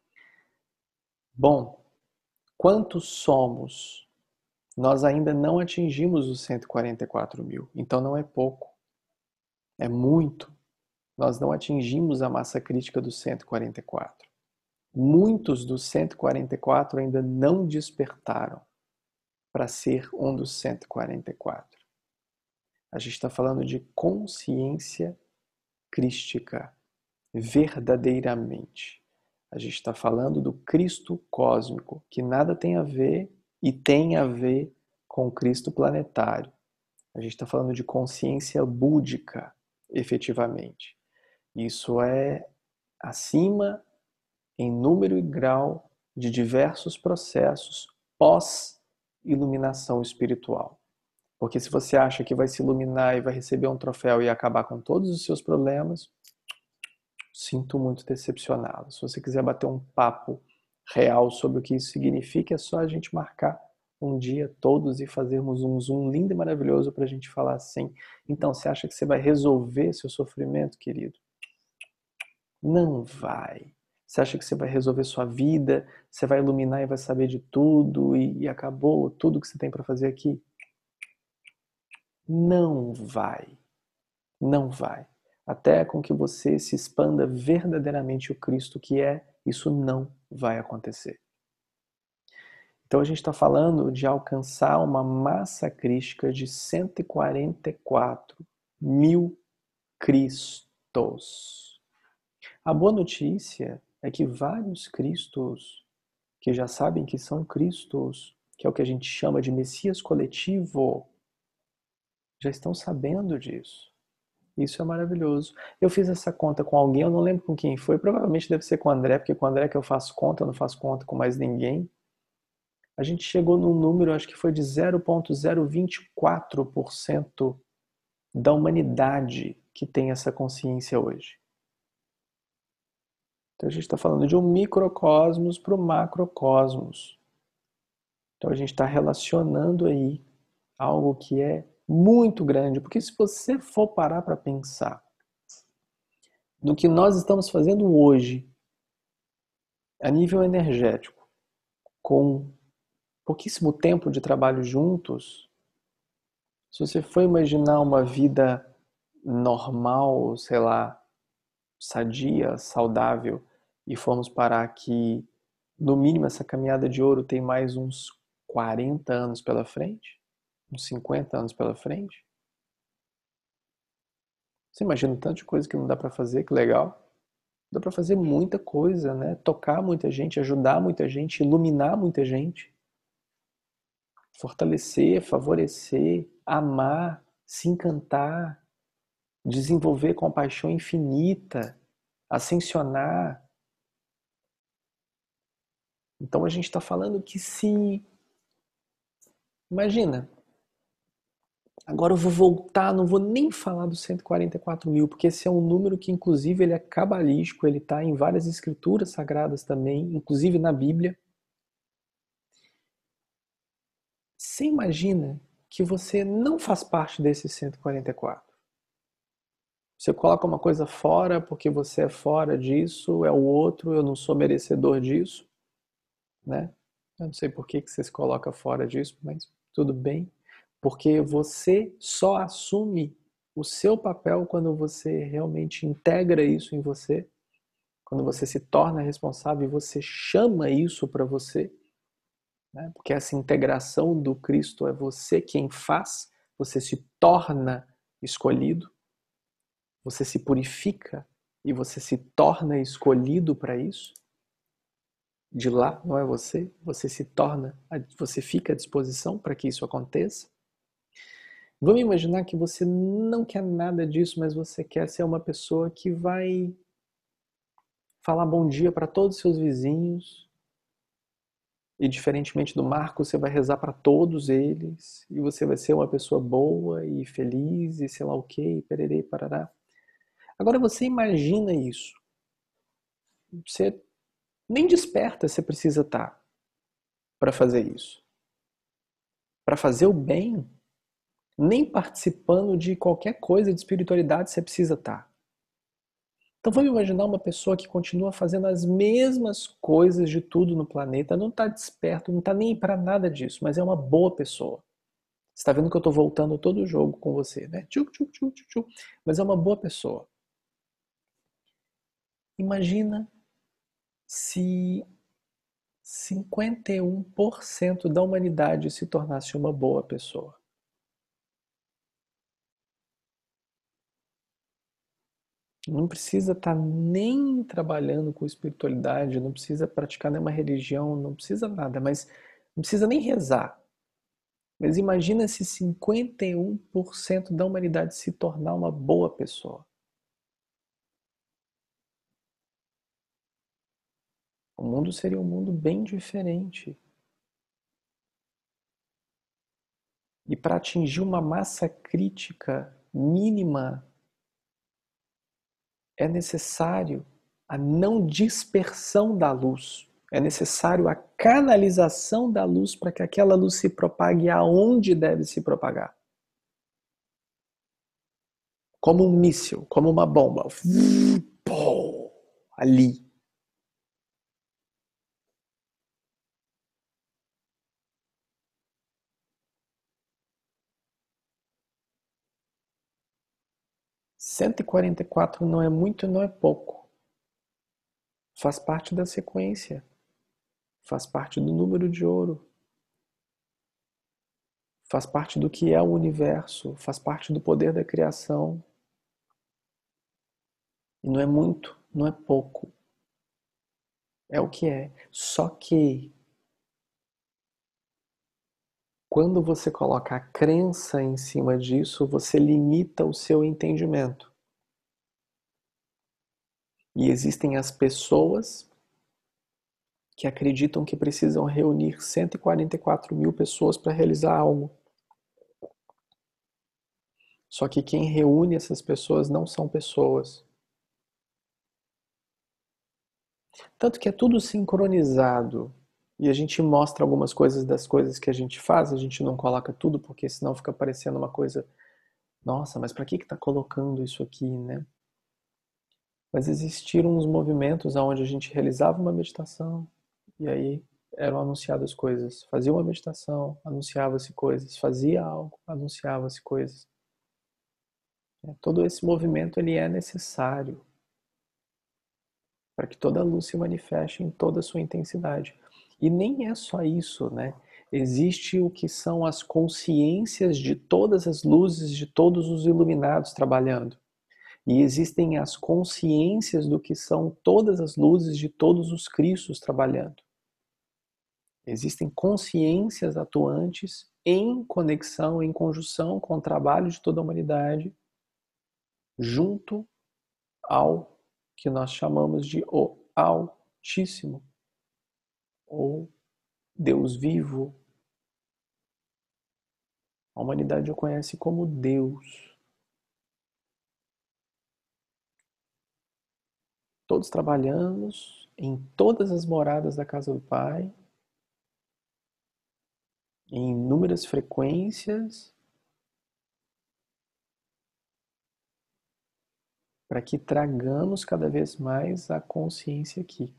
Bom, quantos somos? Nós ainda não atingimos os cento e quarenta e quatro mil. Então, não é pouco. É muito. Nós não atingimos a massa crítica dos cento e quarenta e quatro. Muitos dos cento e quarenta e quatro ainda não despertaram para ser um dos cento e quarenta e quatro. A gente está falando de consciência crística, verdadeiramente. A gente está falando do Cristo cósmico, que nada tem a ver e tem a ver com o Cristo planetário. A gente está falando de consciência búdica, efetivamente. Isso é acima em número e grau de diversos processos pós-iluminação espiritual. Porque se você acha que vai se iluminar e vai receber um troféu e acabar com todos os seus problemas, sinto muito decepcioná-lo. Se você quiser bater um papo real sobre o que isso significa, é só a gente marcar um dia todos e fazermos um Zoom lindo e maravilhoso para a gente falar assim. Então, você acha que você vai resolver seu sofrimento, querido? Não vai. Você acha que você vai resolver sua vida, você vai iluminar e vai saber de tudo e, e acabou tudo que você tem para fazer aqui? Não vai. Não vai. Até com que você se expanda verdadeiramente o Cristo que é, isso não vai acontecer. Então a gente está falando de alcançar uma massa crística de cento e quarenta e quatro mil Cristos. A boa notícia é que vários Cristos, que já sabem que são Cristos, que é o que a gente chama de Messias coletivo, já estão sabendo disso. Isso é maravilhoso. Eu fiz essa conta com alguém, eu não lembro com quem foi, provavelmente deve ser com o André, porque com o André que eu faço conta, eu não faço conta com mais ninguém. A gente chegou num número, acho que foi de zero vírgula zero vinte e quatro por cento da humanidade que tem essa consciência hoje. Então a gente está falando de um microcosmos para o macrocosmos. Então a gente está relacionando aí algo que é muito grande, porque se você for parar para pensar no que nós estamos fazendo hoje, a nível energético, com pouquíssimo tempo de trabalho juntos, se você for imaginar uma vida normal, sei lá, sadia, saudável, e formos parar que, no mínimo, essa caminhada de ouro tem mais uns quarenta anos pela frente, uns cinquenta anos pela frente. Você imagina tanto de coisa que não dá para fazer, que legal. Dá para fazer muita coisa, né? Tocar muita gente, ajudar muita gente, iluminar muita gente. Fortalecer, favorecer, amar, se encantar, desenvolver compaixão infinita, ascensionar. Então a gente está falando que se... Imagina, agora eu vou voltar, não vou nem falar dos cento e quarenta e quatro mil, porque esse é um número que inclusive ele é cabalístico, ele está em várias escrituras sagradas também, inclusive na Bíblia. Você imagina que você não faz parte desses cento e quarenta e quatro. Você coloca uma coisa fora porque você é fora disso, é o outro, eu não sou merecedor disso, né? Eu não sei por que você se coloca fora disso, mas tudo bem. Porque você só assume o seu papel quando você realmente integra isso em você, quando você se torna responsável e você chama isso para você. Né? Porque essa integração do Cristo é você quem faz, você se torna escolhido, você se purifica e você se torna escolhido para isso. De lá não é você, você se torna, você fica à disposição para que isso aconteça. Vamos imaginar que você não quer nada disso, mas você quer ser uma pessoa que vai falar bom dia para todos os seus vizinhos. E diferentemente do Marco, você vai rezar para todos eles. E você vai ser uma pessoa boa e feliz e sei lá o que, pererê, parará. Agora você imagina isso. Você nem desperta você precisa estar para fazer isso. Para fazer o bem, nem participando de qualquer coisa de espiritualidade você precisa estar. Então vamos imaginar uma pessoa que continua fazendo as mesmas coisas de tudo no planeta, não está desperto, não está nem para nada disso, mas é uma boa pessoa. Você está vendo que eu estou voltando todo o jogo com você, né? Tchu, tchu, tchu, tchu, tchu. Mas é uma boa pessoa. Imagina se cinquenta e um por cento da humanidade se tornasse uma boa pessoa. Não precisa estar nem trabalhando com espiritualidade, não precisa praticar nenhuma religião, não precisa nada, mas não precisa nem rezar. Mas imagina se cinquenta e um por cento da humanidade se tornar uma boa pessoa. O mundo seria um mundo bem diferente. E para atingir uma massa crítica mínima, é necessário a não dispersão da luz. É necessário a canalização da luz para que aquela luz se propague aonde deve se propagar. Como um míssil, como uma bomba. Ali. cento e quarenta e quatro não é muito, não é pouco. Faz parte da sequência. Faz parte do número de ouro. Faz parte do que é o universo. Faz parte do poder da criação. E não é muito, não é pouco. É o que é. Só que quando você coloca a crença em cima disso, você limita o seu entendimento. E existem as pessoas que acreditam que precisam reunir cento e quarenta e quatro mil pessoas para realizar algo. Só que quem reúne essas pessoas não são pessoas. Tanto que é tudo sincronizado. E a gente mostra algumas coisas das coisas que a gente faz, a gente não coloca tudo, porque senão fica parecendo uma coisa... Nossa, mas para que que tá colocando isso aqui, né? Mas existiram uns movimentos onde a gente realizava uma meditação, e aí eram anunciadas coisas. Fazia uma meditação, anunciava-se coisas. Fazia algo, anunciava-se coisas. Todo esse movimento ele é necessário para que toda a luz se manifeste em toda a sua intensidade. E nem é só isso, né? Existe o que são as consciências de todas as luzes, de todos os iluminados trabalhando. E existem as consciências do que são todas as luzes de todos os Cristos trabalhando. Existem consciências atuantes em conexão, em conjunção com o trabalho de toda a humanidade, junto ao que nós chamamos de o Altíssimo, ou Deus vivo. A humanidade o conhece como Deus. Todos trabalhamos em todas as moradas da casa do Pai, em inúmeras frequências, para que tragamos cada vez mais a consciência aqui.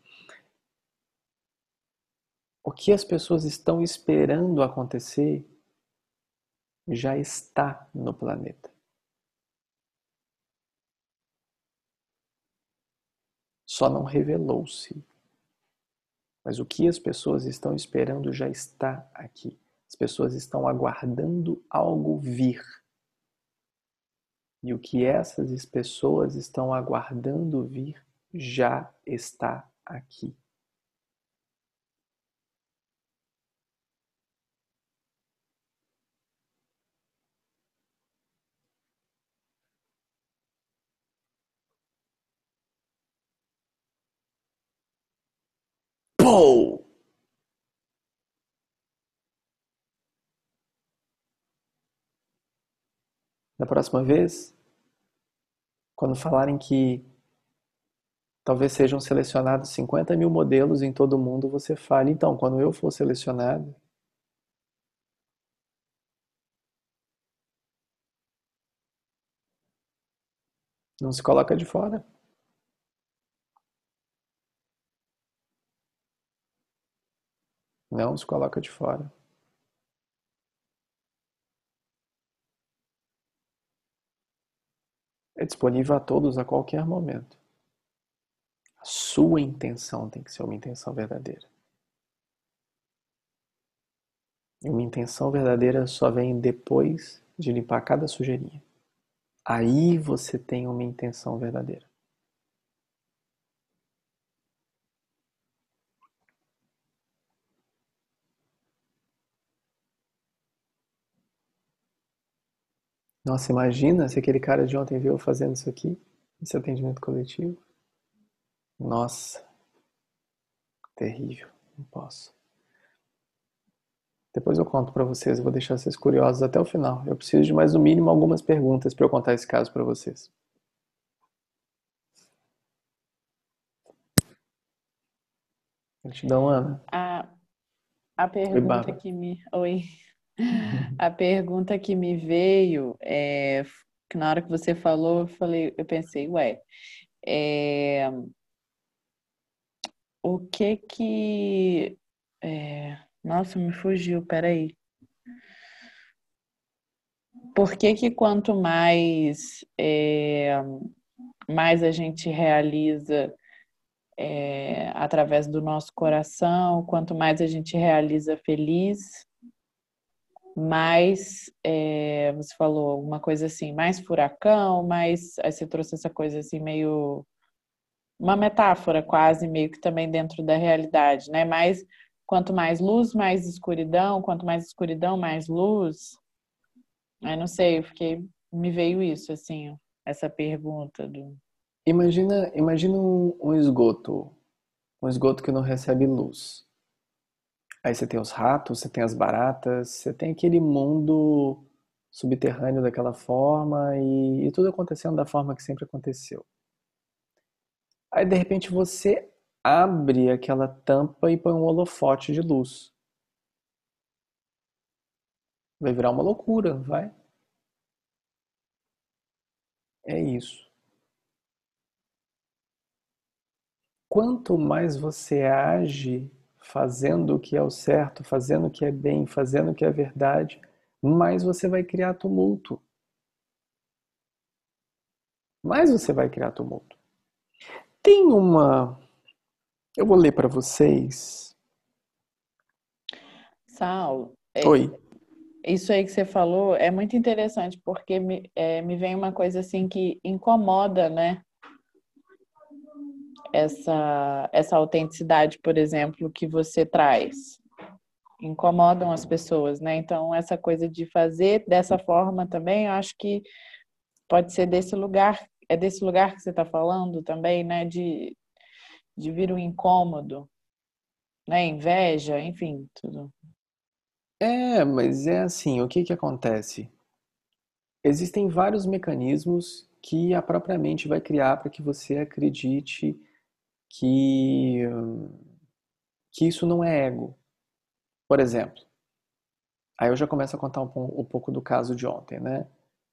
O que as pessoas estão esperando acontecer já está no planeta. Só não revelou-se. Mas o que as pessoas estão esperando já está aqui. As pessoas estão aguardando algo vir. E o que essas pessoas estão aguardando vir já está aqui. Pou! Da próxima vez, quando falarem que talvez sejam selecionados cinquenta mil modelos em todo o mundo, você fale, então, quando eu for selecionado, não se coloca de fora. Não se coloca de fora. É disponível a todos a qualquer momento. A sua intenção tem que ser uma intenção verdadeira. E uma intenção verdadeira só vem depois de limpar cada sujeirinha. Aí você tem uma intenção verdadeira. Nossa, imagina se aquele cara de ontem viu eu fazendo isso aqui, esse atendimento coletivo. Nossa, terrível, não posso. Depois eu conto para vocês, eu vou deixar vocês curiosos até o final. Eu preciso de mais no mínimo algumas perguntas para eu contar esse caso para vocês. Gratidão, Ana. A, a Oi, pergunta Bárbara. que me. Oi. A pergunta que me veio é que na hora que você falou, eu falei, eu pensei, ué, é, o que que. é, nossa, me fugiu, peraí. Por que que quanto mais, é, mais a gente realiza é, através do nosso coração, quanto mais a gente realiza feliz, mais, é, você falou alguma coisa assim, mais furacão, mais, aí você trouxe essa coisa assim meio, uma metáfora quase, meio que também dentro da realidade, né? Mais, quanto mais luz, mais escuridão, quanto mais escuridão, mais luz. Eu não sei, eu fiquei, me veio isso, assim, essa pergunta do... Imagina, imagina um, um esgoto, um esgoto que não recebe luz. Aí você tem os ratos, você tem as baratas, você tem aquele mundo subterrâneo daquela forma e, e tudo acontecendo da forma que sempre aconteceu. Aí de repente você abre aquela tampa e põe um holofote de luz. Vai virar uma loucura, não vai? É isso. Quanto mais você age fazendo o que é o certo, fazendo o que é bem, fazendo o que é verdade, mais você vai criar tumulto. Mais você vai criar tumulto. Tem uma. Eu vou ler para vocês. Saulo, é, Oi. isso aí que você falou é muito interessante, porque me, é, me vem uma coisa assim que incomoda, né? Essa, essa autenticidade, por exemplo, que você traz. Incomodam as pessoas, né? Então, essa coisa de fazer dessa forma também, eu acho que pode ser desse lugar, é desse lugar que você está falando também, né? De, de vir o incômodo, né? Inveja, enfim, tudo. É, mas é assim, o que que acontece? Existem vários mecanismos que a própria mente vai criar para que você acredite que, que isso não é ego. Por exemplo, aí eu já começo a contar um, po- um pouco do caso de ontem, né?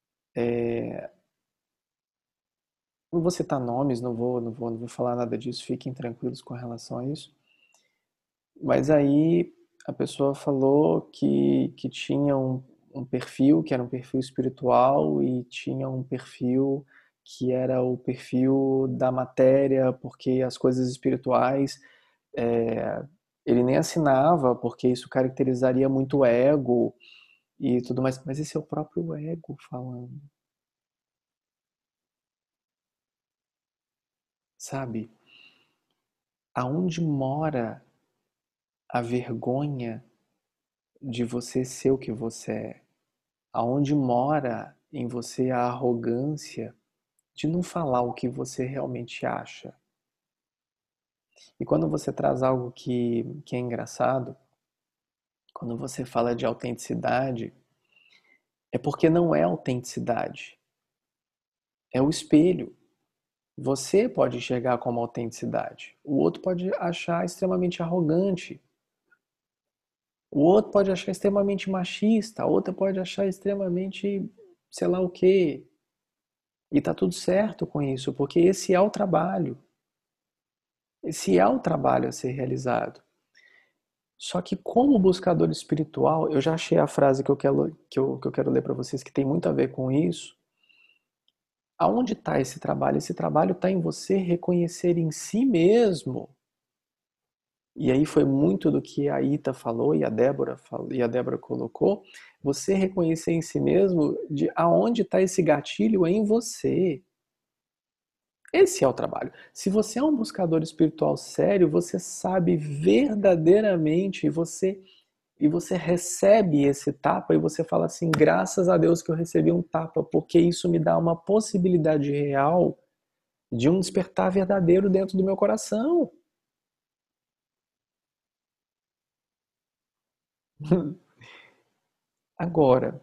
Não vou citar nomes, não vou, não vou, não vou falar nada disso, fiquem tranquilos com relação a isso. Mas aí a pessoa falou que, que tinha um, um perfil, que era um perfil espiritual, e tinha um perfil que era o perfil da matéria, porque as coisas espirituais é, ele nem assinava, porque isso caracterizaria muito o ego e tudo mais. Mas esse é o próprio ego falando, sabe? Aonde mora a vergonha de você ser o que você é? Aonde mora em você a arrogância de não falar o que você realmente acha? E quando você traz algo que, que é engraçado, quando você fala de autenticidade, é porque não é autenticidade, é o espelho. Você pode enxergar como autenticidade, o outro pode achar extremamente arrogante, o outro pode achar extremamente machista, a outra pode achar extremamente sei lá o quê. E tá tudo certo com isso, porque esse é o trabalho. Esse é o trabalho a ser realizado. Só que como buscador espiritual, eu já achei a frase que eu quero, que eu, que eu quero ler para vocês, que tem muito a ver com isso. Aonde está esse trabalho? Esse trabalho está em você reconhecer em si mesmo. E aí foi muito do que a Ita falou e a Débora falou, e a Débora colocou. Você reconhecer em si mesmo de aonde está esse gatilho em você. Esse é o trabalho. Se você é um buscador espiritual sério, você sabe verdadeiramente e você e você recebe esse tapa e você fala assim: graças a Deus que eu recebi um tapa, porque isso me dá uma possibilidade real de um despertar verdadeiro dentro do meu coração. Agora,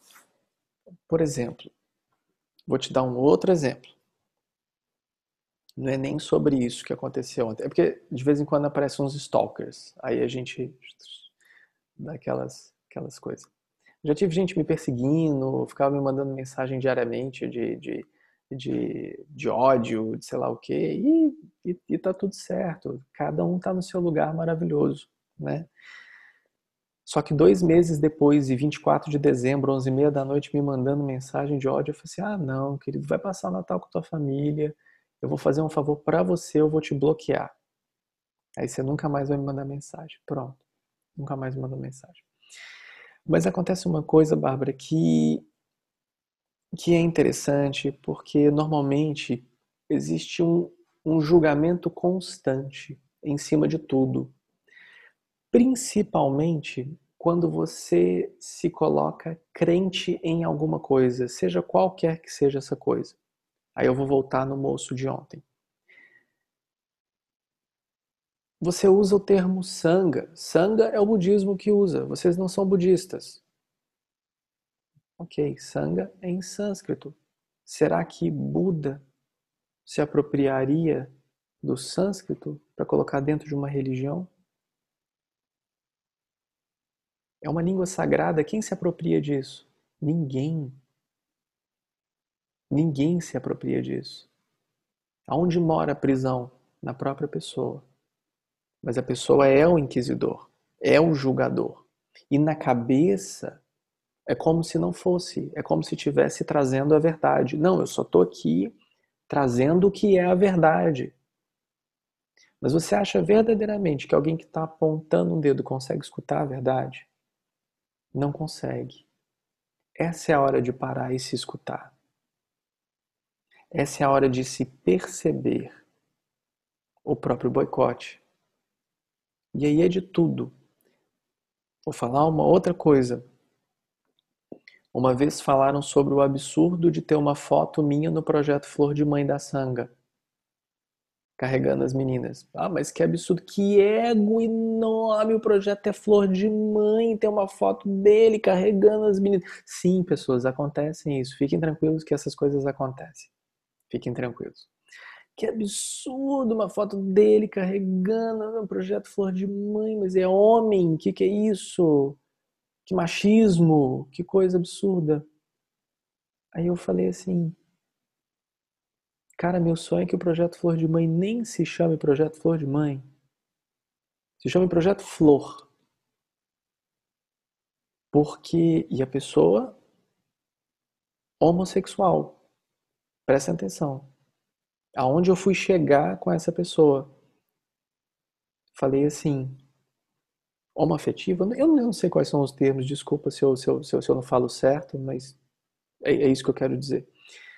por exemplo, vou te dar um outro exemplo. Não é nem sobre isso que aconteceu ontem. É porque de vez em quando aparecem uns stalkers. Aí a gente dá aquelas, aquelas coisas. Já tive gente me perseguindo, ficava me mandando mensagem diariamente de, de, de, de ódio, de sei lá o quê. E, e, e tá tudo certo. Cada um tá no seu lugar maravilhoso, né? Só que dois meses depois, e vinte e quatro de dezembro, onze e meia da noite, me mandando mensagem de ódio, eu falei assim, ah não, querido, vai passar o Natal com tua família, eu vou fazer um favor pra você, eu vou te bloquear. Aí você nunca mais vai me mandar mensagem. Pronto, nunca mais me manda mensagem. Mas acontece uma coisa, Bárbara, que, que é interessante, porque normalmente existe um, um julgamento constante em cima de tudo. Principalmente quando você se coloca crente em alguma coisa, seja qualquer que seja essa coisa. Aí eu vou voltar no moço de ontem. Você usa o termo sanga. Sanga é o budismo que usa. Vocês não são budistas. Ok, sanga é em sânscrito. Será que Buda se apropriaria do sânscrito para colocar dentro de uma religião? É uma língua sagrada. Quem se apropria disso? Ninguém. Ninguém se apropria disso. Aonde mora a prisão? Na própria pessoa. Mas a pessoa é o inquisidor, é o julgador. E na cabeça é como se não fosse, é como se estivesse trazendo a verdade. Não, eu só estou aqui trazendo o que é a verdade. Mas você acha verdadeiramente que alguém que está apontando um dedo consegue escutar a verdade? Não consegue. Essa é a hora de parar e se escutar. Essa é a hora de se perceber o próprio boicote. E aí é de tudo. Vou falar uma outra coisa. Uma vez falaram sobre o absurdo de ter uma foto minha no projeto Flor de Mãe da Sanga, carregando as meninas. Ah, mas que absurdo, que ego enorme, o projeto é Flor de Mãe, tem uma foto dele carregando as meninas. Sim, pessoas, acontecem isso. Fiquem tranquilos que essas coisas acontecem. Fiquem tranquilos. Que absurdo, uma foto dele carregando um projeto Flor de Mãe, mas é homem, o que, que é isso? Que machismo, que coisa absurda. Aí eu falei assim, cara, meu sonho é que o projeto Flor de Mãe nem se chame projeto Flor de Mãe. Se chame projeto Flor. Porque, e a pessoa homossexual, prestem atenção. Aonde eu fui chegar com essa pessoa? Falei assim, homoafetiva? Eu não sei quais são os termos, desculpa se eu, se eu, se eu, se eu não falo certo, mas é, é isso que eu quero dizer.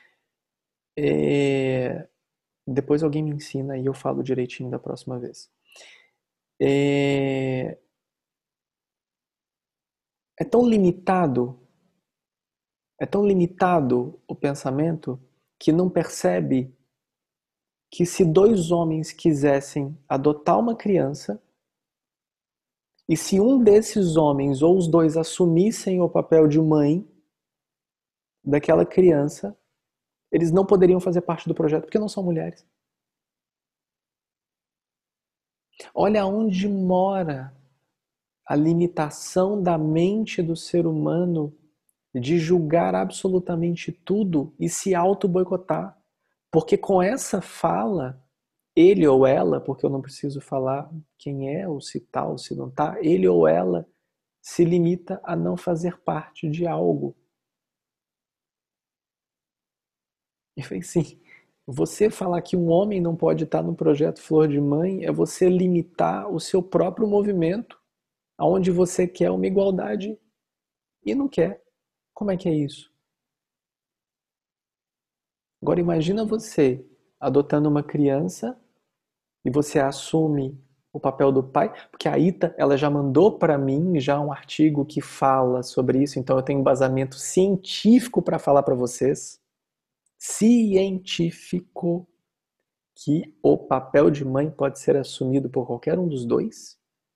É, depois alguém me ensina e eu falo direitinho da próxima vez. É, é tão limitado, é tão limitado o pensamento que não percebe que se dois homens quisessem adotar uma criança e se um desses homens ou os dois assumissem o papel de mãe daquela criança, eles não poderiam fazer parte do projeto porque não são mulheres. Olha onde mora a limitação da mente do ser humano de julgar absolutamente tudo e se auto-boicotar. Porque com essa fala, ele ou ela, porque eu não preciso falar quem é, ou se tá, ou se não tá, ele ou ela se limita a não fazer parte de algo. E foi assim, você falar que um homem não pode estar no projeto Flor de Mãe é você limitar o seu próprio movimento, aonde você quer uma igualdade e não quer. Como é que é isso? Agora imagina você adotando uma criança e você assume o papel do pai, porque a Ita, ela já mandou para mim já um artigo que fala sobre isso, então eu tenho embasamento científico para falar para vocês. Científico, que o papel de mãe pode ser assumido por qualquer um dos dois.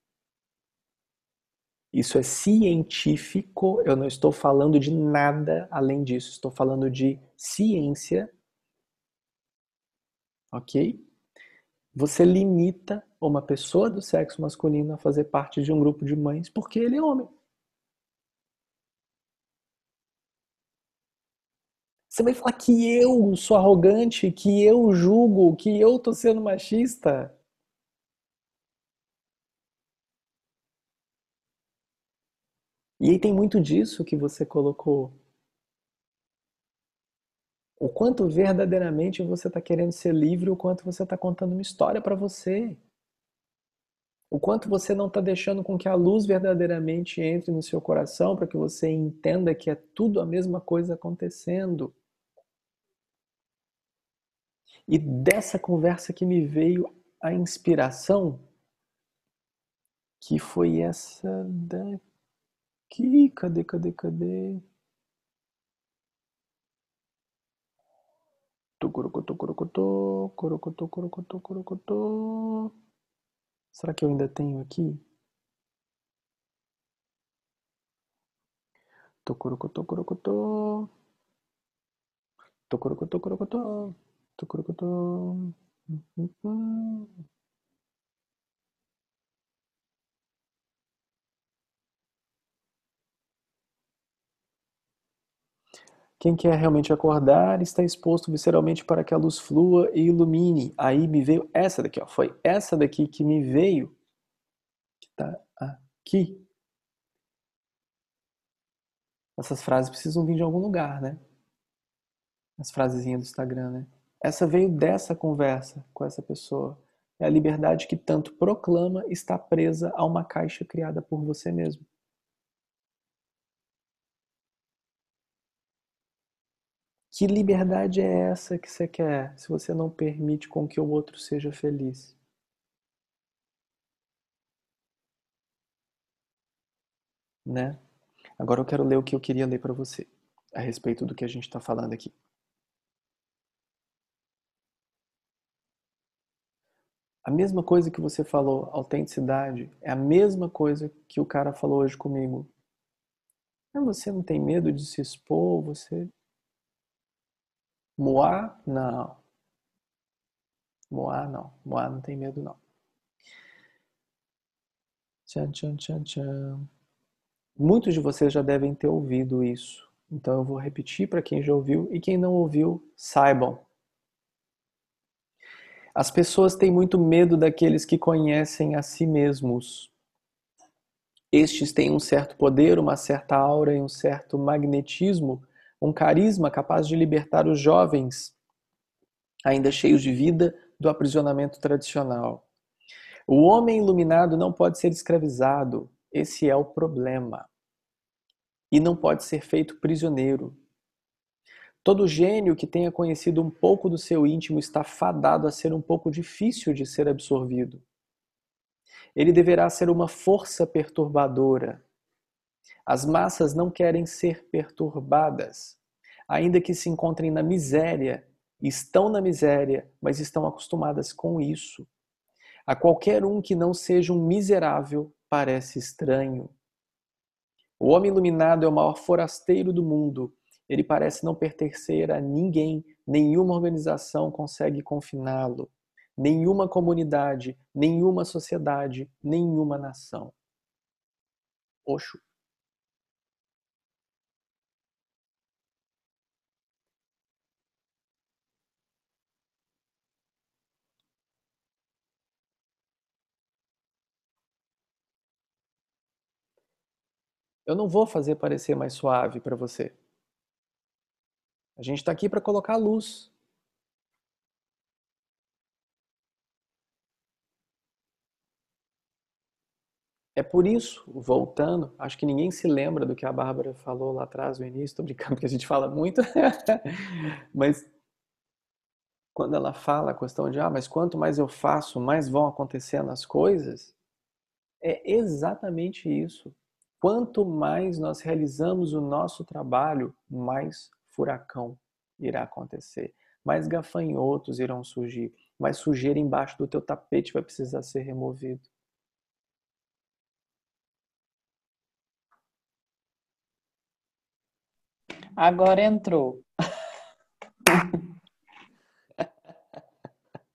Isso é científico, eu não estou falando de nada além disso, estou falando de ciência. ok? Você limita uma pessoa do sexo masculino a fazer parte de um grupo de mães porque ele é homem. Você vai falar que eu sou arrogante, que eu julgo, que eu tô sendo machista? E aí tem muito disso que você colocou. O quanto verdadeiramente você está querendo ser livre, o quanto você está contando uma história para você. O quanto você não está deixando com que a luz verdadeiramente entre no seu coração para que você entenda que é tudo a mesma coisa acontecendo. E dessa conversa que me veio a inspiração, que foi essa daqui. Cadê, cadê, cadê? Tucurucutô, curucutô, curucutô, curucutô, curucutô. Será que eu ainda tenho aqui? Tucurucutô, curucutô. Tucurucutô, curucutô. Tucurucutô. Uhum. Quem quer realmente acordar está exposto visceralmente para que a luz flua e ilumine. Aí me veio essa daqui, ó. Foi essa daqui que me veio. Que tá aqui. Essas frases precisam vir de algum lugar, né? As frasezinhas do Instagram, né? Essa veio dessa conversa com essa pessoa. É a liberdade que tanto proclama está presa a uma caixa criada por você mesmo. Que liberdade é essa que você quer se você não permite com que o outro seja feliz? Né? Agora eu quero ler o que eu queria ler para você a respeito do que a gente está falando aqui. A mesma coisa que você falou, autenticidade, é a mesma coisa que o cara falou hoje comigo. Você não tem medo de se expor? Você... Moá? Não. Moá não. Moá não tem medo não. Tchan, tchan, tchan, tchan. Muitos de vocês já devem ter ouvido isso. Então eu vou repetir para quem já ouviu e quem não ouviu, saibam. As pessoas têm muito medo daqueles que conhecem a si mesmos. Estes têm um certo poder, uma certa aura e um certo magnetismo, um carisma capaz de libertar os jovens, ainda cheios de vida, do aprisionamento tradicional. O homem iluminado não pode ser escravizado, esse é o problema. E não pode ser feito prisioneiro. Todo gênio que tenha conhecido um pouco do seu íntimo está fadado a ser um pouco difícil de ser absorvido. Ele deverá ser uma força perturbadora. As massas não querem ser perturbadas, ainda que se encontrem na miséria, estão na miséria, mas estão acostumadas com isso. A qualquer um que não seja um miserável parece estranho. O homem iluminado é o maior forasteiro do mundo. Ele parece não pertencer a ninguém, nenhuma organização consegue confiná-lo, nenhuma comunidade, nenhuma sociedade, nenhuma nação. Oxo. Eu não vou fazer parecer mais suave para você. A gente está aqui para colocar luz. É por isso, voltando, acho que ninguém se lembra do que a Bárbara falou lá atrás, no início, estou brincando porque a gente fala muito, mas quando ela fala a questão de, ah, mas quanto mais eu faço, mais vão acontecendo as coisas, é exatamente isso. Quanto mais nós realizamos o nosso trabalho, mais furacão irá acontecer, mais gafanhotos irão surgir, mais sujeira embaixo do teu tapete vai precisar ser removido. Agora entrou.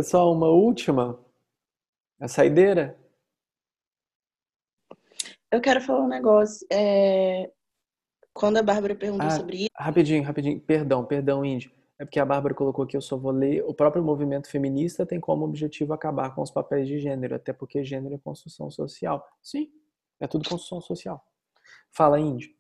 Pessoal, uma última. A saideira. Eu quero falar um negócio. É, Quando a Bárbara perguntou Ah, sobre isso, rapidinho, rapidinho. Perdão, perdão, Índio. É porque a Bárbara colocou que eu só vou ler. O próprio movimento feminista tem como objetivo acabar com os papéis de gênero, até porque gênero é construção social. Sim, é tudo construção social. Fala, Índio.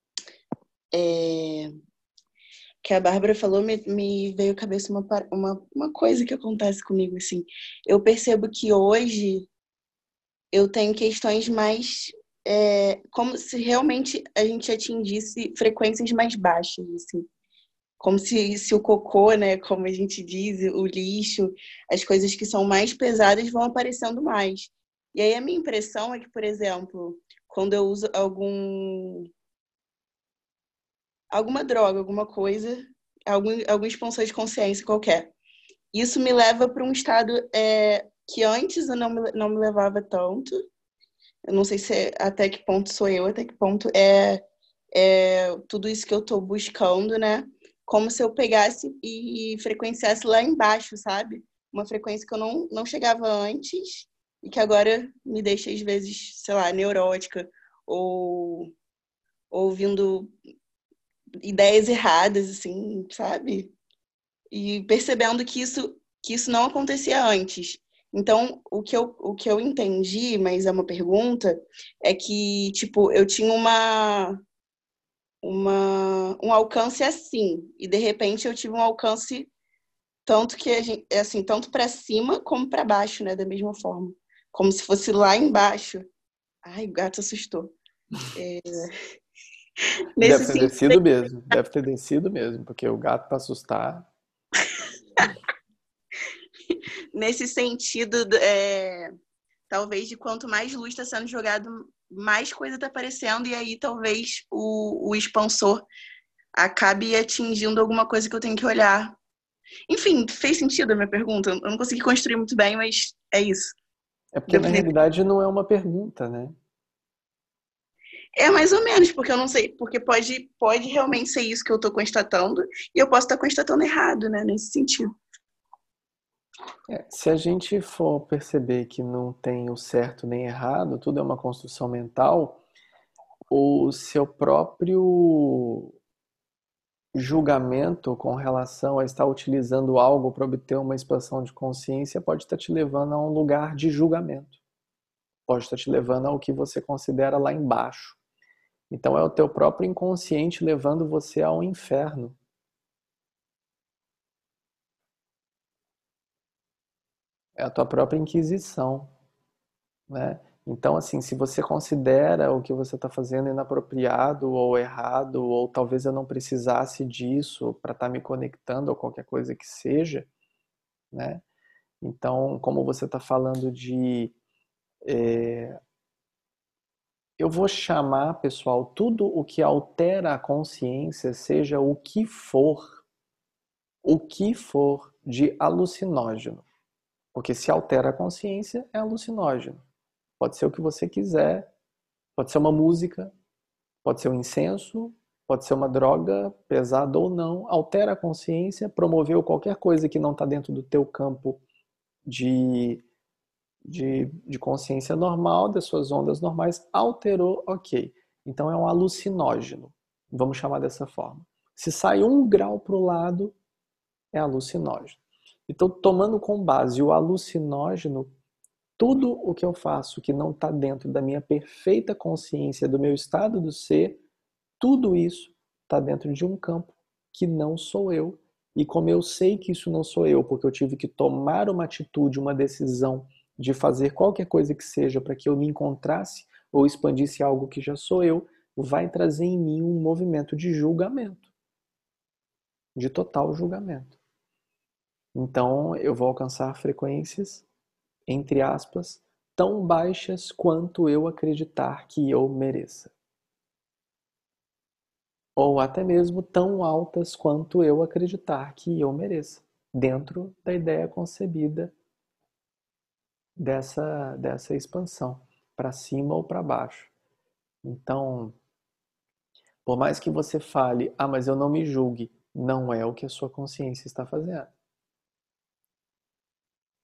é, que a Bárbara falou, me, me veio à cabeça uma, par- uma, uma coisa que acontece comigo, assim. Eu percebo que hoje eu tenho questões mais... é, como se realmente a gente atingisse frequências mais baixas, assim. Como se, se o cocô, né, como a gente diz, o lixo, as coisas que são mais pesadas vão aparecendo mais. E aí a minha impressão é que, por exemplo, quando eu uso algum, alguma droga, alguma coisa, algum, algum expansor de consciência qualquer, isso me leva para um estado é, que antes eu não me, não me levava tanto. Eu não sei se é, até que ponto sou eu, até que ponto é, é tudo isso que eu estou buscando, né? Como se eu pegasse e frequenciasse lá embaixo, sabe? Uma frequência que eu não, não chegava antes e que agora me deixa, às vezes, sei lá, neurótica ou ouvindo ideias erradas, assim, sabe? E percebendo que isso, que isso não acontecia antes. Então, o que, eu, o que eu entendi, mas é uma pergunta, é que, tipo, eu tinha uma, uma, um alcance assim, e de repente eu tive um alcance tanto que a gente, é assim, tanto para cima como para baixo, né, da mesma forma. Como se fosse lá embaixo. Ai, o gato assustou. É, Deve nesse ter sentido, descido mesmo. Deve ter descido mesmo, porque o gato para assustar. nesse sentido, é, talvez de quanto mais luz está sendo jogado, mais coisa está aparecendo, e aí talvez o, o expansor acabe atingindo alguma coisa que eu tenho que olhar. Enfim, fez sentido a minha pergunta? Eu não consegui construir muito bem, mas é isso. É porque Deu na pra entender? realidade não é uma pergunta, né? É mais ou menos, porque eu não sei, porque pode, pode realmente ser isso que eu estou constatando, e eu posso estar constatando errado, né, nesse sentido. É, se a gente for perceber que não tem o certo nem errado, tudo é uma construção mental, o seu próprio julgamento com relação a estar utilizando algo para obter uma expansão de consciência pode estar te levando a um lugar de julgamento. Pode estar te levando ao que você considera lá embaixo. Então é o teu próprio inconsciente levando você ao inferno. É a tua própria inquisição, né? Então, assim, se você considera o que você está fazendo inapropriado ou errado, ou talvez eu não precisasse disso para estar me conectando ou qualquer coisa que seja, né? Então, como você está falando de... É, eu vou chamar, pessoal, tudo o que altera a consciência, seja o que for, o que for de alucinógeno. Porque se altera a consciência, é alucinógeno. Pode ser o que você quiser, pode ser uma música, pode ser um incenso, pode ser uma droga, pesada ou não, altera a consciência, promoveu qualquer coisa que não está dentro do teu campo de, de, de consciência normal, das suas ondas normais, alterou, ok. Então é um alucinógeno, vamos chamar dessa forma. Se sai um grau para o lado, é alucinógeno. Então, tomando com base o alucinógeno, tudo o que eu faço que não está dentro da minha perfeita consciência, do meu estado do ser, tudo isso está dentro de um campo que não sou eu. E como eu sei que isso não sou eu, porque eu tive que tomar uma atitude, uma decisão de fazer qualquer coisa que seja para que eu me encontrasse ou expandisse algo que já sou eu, vai trazer em mim um movimento de julgamento, de total julgamento. Então eu vou alcançar frequências, entre aspas, tão baixas quanto eu acreditar que eu mereça. Ou até mesmo tão altas quanto eu acreditar que eu mereça, dentro da ideia concebida dessa, dessa expansão, para cima ou para baixo. Então, por mais que você fale, ah, mas eu não me julgue, não é o que a sua consciência está fazendo.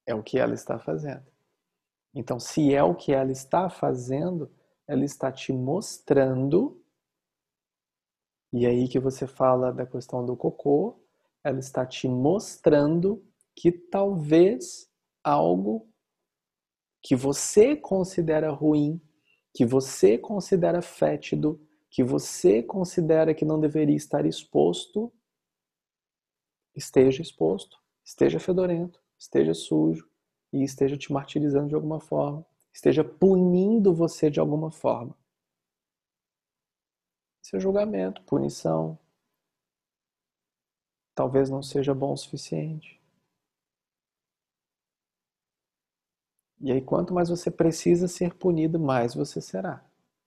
É o que ela está fazendo. Então, se é o que ela está fazendo, ela está te mostrando, e aí que você fala da questão do cocô, ela está te mostrando que talvez algo que você considera ruim, que você considera fétido, que você considera que não deveria estar exposto, esteja exposto, esteja fedorento, esteja sujo e esteja te martirizando de alguma forma, esteja punindo você de alguma forma. Esse é julgamento, punição. Talvez não seja bom o suficiente. E aí, quanto mais você precisa ser punido, mais você será.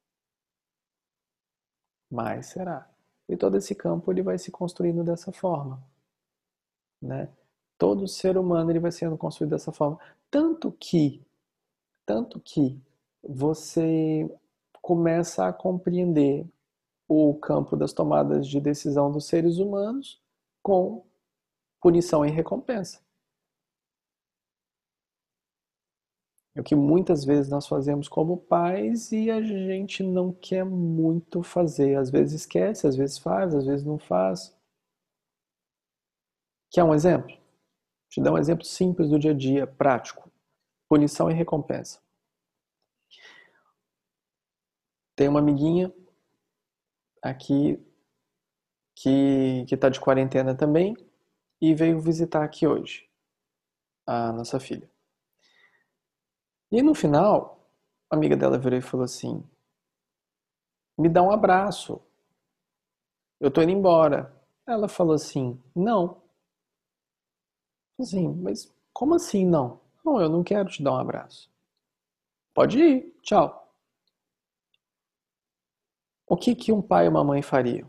Mais será. E todo esse campo ele vai se construindo dessa forma, né? Todo ser humano ele vai sendo construído dessa forma, tanto que, tanto que você começa a compreender o campo das tomadas de decisão dos seres humanos com punição e recompensa. É o que muitas vezes nós fazemos como pais e a gente não quer muito fazer. Às vezes esquece, às vezes faz, às vezes não faz. Quer um exemplo? Vou te dar um exemplo simples do dia a dia, prático. Punição e recompensa. Tem uma amiguinha aqui que que está de quarentena também e veio visitar aqui hoje a nossa filha. E no final, a amiga dela virou e falou assim: me dá um abraço. Eu tô indo embora. Ela falou assim: não. Assim, mas como assim não? Não, eu não quero te dar um abraço. Pode ir, tchau. O que que um pai e uma mãe fariam?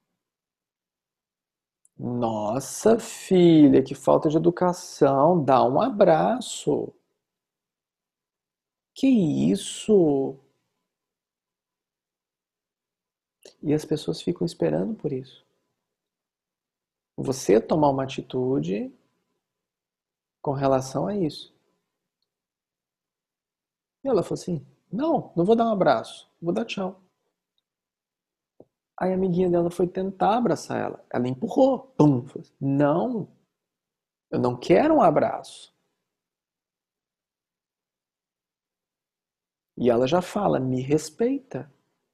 Nossa, filha, que falta de educação. Dá um abraço. Que isso? E as pessoas ficam esperando por isso. Você tomar uma atitude com relação a isso. E ela falou assim: não, não vou dar um abraço, vou dar tchau. Aí a amiguinha dela foi tentar abraçar ela. Ela empurrou. Pum, falou assim, não, eu não quero um abraço. E ela já fala: me respeita.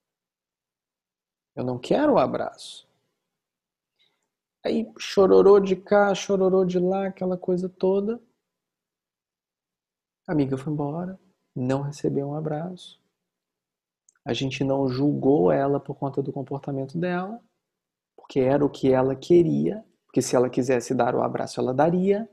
Eu não quero um abraço. Aí chororô de cá, chororô de lá, aquela coisa toda. A amiga foi embora, não recebeu um abraço. A gente não julgou ela por conta do comportamento dela, porque era o que ela queria, porque se ela quisesse dar o abraço, ela daria.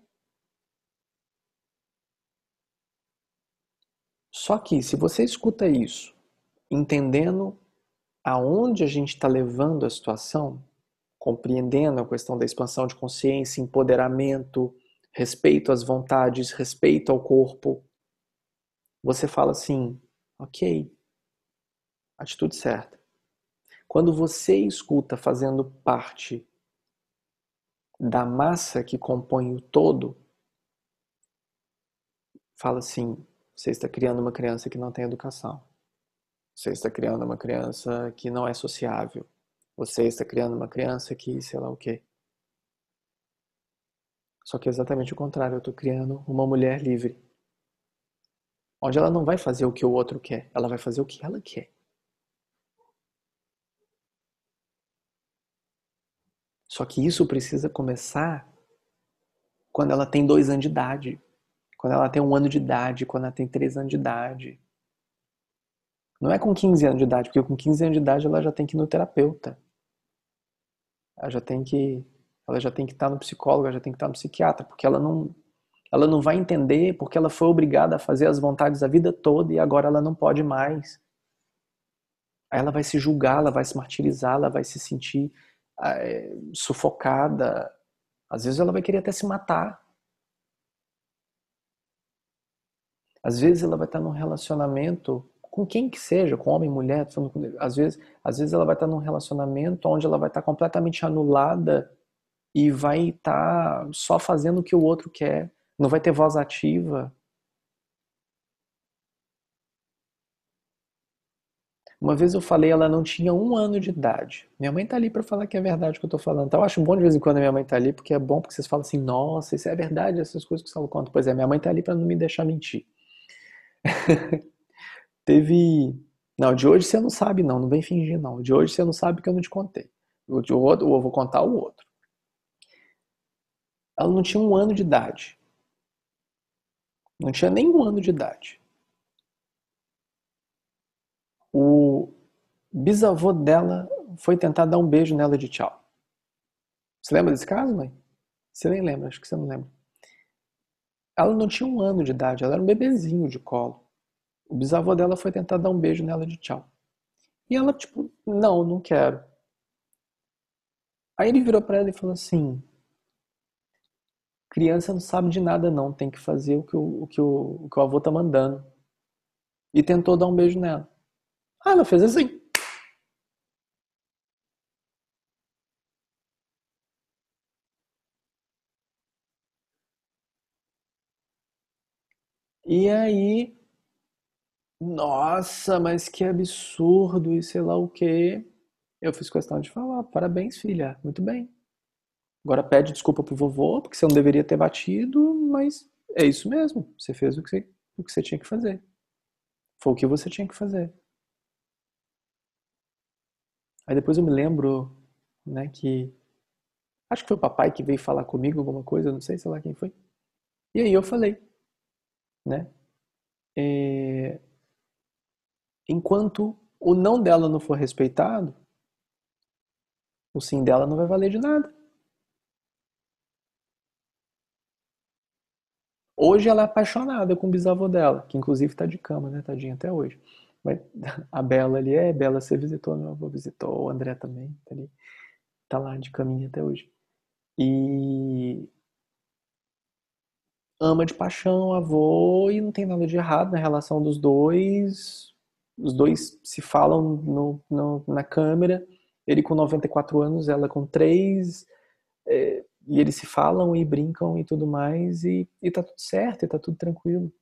Só que se você escuta isso, entendendo aonde a gente está levando a situação, compreendendo a questão da expansão de consciência, empoderamento, respeito às vontades, respeito ao corpo, você fala assim: ok, atitude certa. Quando você escuta fazendo parte da massa que compõe o todo, fala assim: você está criando uma criança que não tem educação. Você está criando uma criança que não é sociável. Você está criando uma criança que sei lá o quê. Só que é exatamente o contrário. Eu estou criando uma mulher livre. Onde ela não vai fazer o que o outro quer. Ela vai fazer o que ela quer. Só que isso precisa começar quando ela tem dois anos de idade. Quando ela tem um ano de idade. Quando ela tem três anos de idade. Não é com quinze anos de idade, porque com quinze anos de idade ela já tem que ir no terapeuta. Ela já tem que, ela já tem que estar no psicólogo, ela já tem que estar no psiquiatra, porque ela não, ela não vai entender porque ela foi obrigada a fazer as vontades a vida toda e agora ela não pode mais. Aí ela vai se julgar, ela vai se martirizar, ela vai se sentir é, sufocada. Às vezes ela vai querer até se matar. Às vezes ela vai estar num relacionamento com quem que seja, com homem, mulher, às vezes, às vezes ela vai estar num relacionamento onde ela vai estar completamente anulada e vai estar só fazendo o que o outro quer, Não vai ter voz ativa. Uma vez eu falei, ela não tinha um ano de idade. Minha mãe tá ali pra falar que é verdade o que eu tô falando. Então eu acho bom de vez em quando a minha mãe tá ali, porque é bom porque vocês falam assim, nossa, isso é verdade, essas coisas que o Saulo conta. Pois é, minha mãe tá ali pra não me deixar mentir. Teve... Não, de hoje você não sabe não, não vem fingir não. De hoje você não sabe que eu não te contei. O de outro, eu vou contar o outro. Ela não tinha um ano de idade. Não tinha nem um ano de idade. O bisavô dela foi tentar dar um beijo nela de tchau. Você lembra desse caso, mãe? Você nem lembra, acho que você não lembra. Ela não tinha um ano de idade, ela era um bebezinho de colo. O bisavô dela foi tentar dar um beijo nela de tchau. E ela, tipo, não, não quero. Aí ele virou pra ela e falou assim, criança não sabe de nada não, tem que fazer o que o, o, que o, o, que o avô tá mandando. E tentou dar um beijo nela. Ah, ela fez assim. E aí, nossa, mas que absurdo e sei lá o quê. Eu fiz questão de falar, parabéns, filha, muito bem. Agora pede desculpa pro vovô, porque você não deveria ter batido, mas é isso mesmo. Você fez o que você, o que você tinha que fazer. Foi o que você tinha que fazer. Aí depois eu me lembro, né, que acho que foi o papai que veio falar comigo alguma coisa, não sei, sei lá quem foi. E aí eu falei, né? É... Enquanto o não dela não for respeitado, o sim dela não vai valer de nada. Hoje ela é apaixonada com o bisavô dela, que inclusive tá de cama, né, tadinha, até hoje. Mas a Bela ali, é, Bela, você visitou, meu avô visitou, o André também, tá ali, tá lá de caminho até hoje. E ama de paixão o avô e não tem nada de errado na relação dos dois. Os dois se falam no, no, na câmera, ele com noventa e quatro anos, ela com três, é, e eles se falam e brincam e tudo mais, e, e tá tudo certo, e tá tudo tranquilo.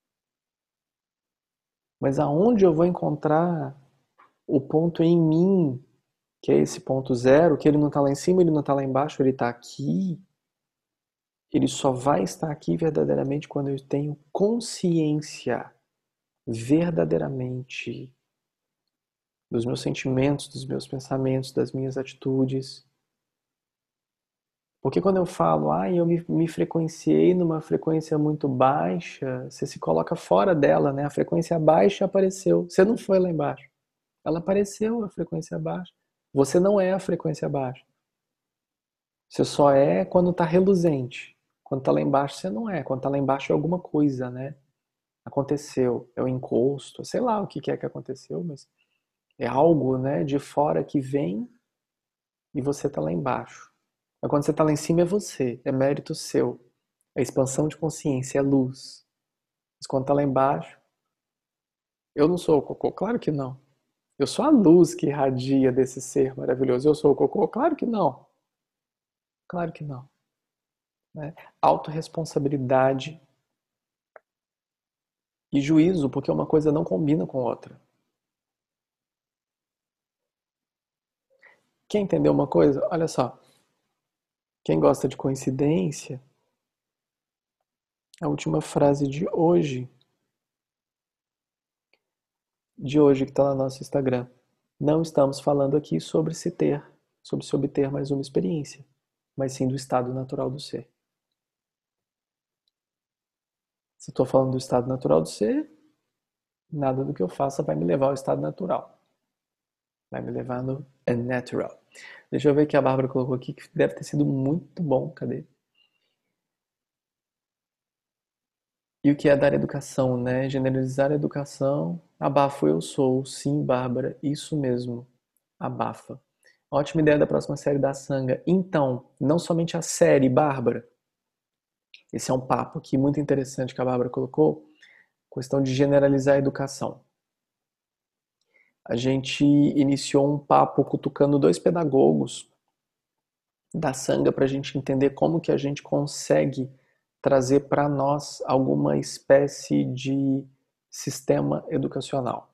Mas aonde eu vou encontrar o ponto em mim, que é esse ponto zero, que ele não tá lá em cima, ele não tá lá embaixo, ele tá aqui, ele só vai estar aqui verdadeiramente quando eu tenho consciência verdadeiramente dos meus sentimentos, dos meus pensamentos, das minhas atitudes. Porque quando eu falo, ah, eu me, me frequenciei numa frequência muito baixa, você se coloca fora dela, né? A frequência baixa apareceu. Você não foi lá embaixo. Ela apareceu, a frequência baixa. Você não é a frequência baixa. Você só é quando está reluzente. Quando está lá embaixo, você não é. Quando está lá embaixo é alguma coisa, né? Aconteceu, é o encosto, sei lá o que é que aconteceu, mas é algo, né, de fora que vem e você está lá embaixo. Mas quando você está lá em cima é você, é mérito seu. É expansão de consciência, é luz. Mas quando está lá embaixo, eu não sou o cocô, claro que não. Eu sou a luz que irradia desse ser maravilhoso. Eu sou o cocô? Claro que não. Claro que não. Né? Autorresponsabilidade e juízo, porque uma coisa não combina com outra. Quer entender uma coisa? Olha só. Quem gosta de coincidência, a última frase de hoje, de hoje que está no nosso Instagram. Não estamos falando aqui sobre se ter, sobre se obter mais uma experiência, mas sim do estado natural do ser. Se estou falando do estado natural do ser, nada do que eu faça vai me levar ao estado natural. Vai me levar no unnatural. Deixa eu ver o que a Bárbara colocou aqui, que deve ter sido muito bom. Cadê? E o que é dar educação, né? Generalizar a educação. Abafo, eu sou. Sim, Bárbara, isso mesmo. Abafa. Ótima ideia da próxima série da Sanga. Então, não somente a série, Bárbara. Esse é um papo aqui muito interessante que a Bárbara colocou. Questão de generalizar a educação. A gente iniciou um papo cutucando dois pedagogos da Sanga para a gente entender como que a gente consegue trazer para nós alguma espécie de sistema educacional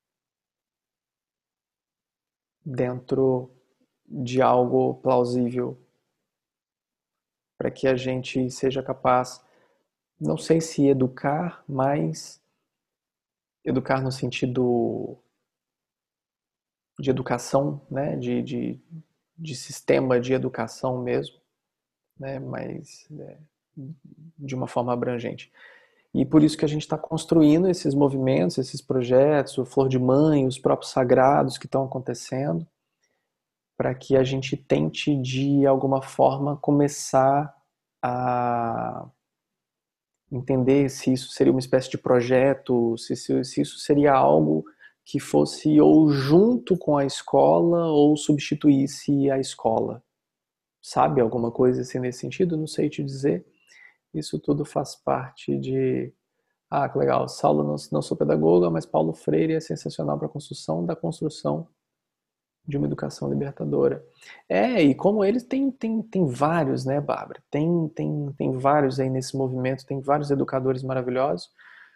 dentro de algo plausível, para que a gente seja capaz, não sei se educar, mas educar no sentido de educação, né? de, de, de sistema de educação mesmo, né? Mas é, de uma forma abrangente. E por isso que a gente está construindo esses movimentos, esses projetos, o Flor de Mãe, os próprios sagrados que estão acontecendo, para que a gente tente, de alguma forma, começar a entender se isso seria uma espécie de projeto, se, se, se isso seria algo que fosse ou junto com a escola ou substituísse a escola. Sabe alguma coisa assim nesse sentido? Não sei te dizer. Isso tudo faz parte de... Ah, que legal. Saulo, não, não sou pedagoga, mas Paulo Freire é sensacional para a construção da construção de uma educação libertadora. É, e como eles, tem, tem, tem vários, né, Bárbara? Tem, tem, tem vários aí nesse movimento, tem vários educadores maravilhosos.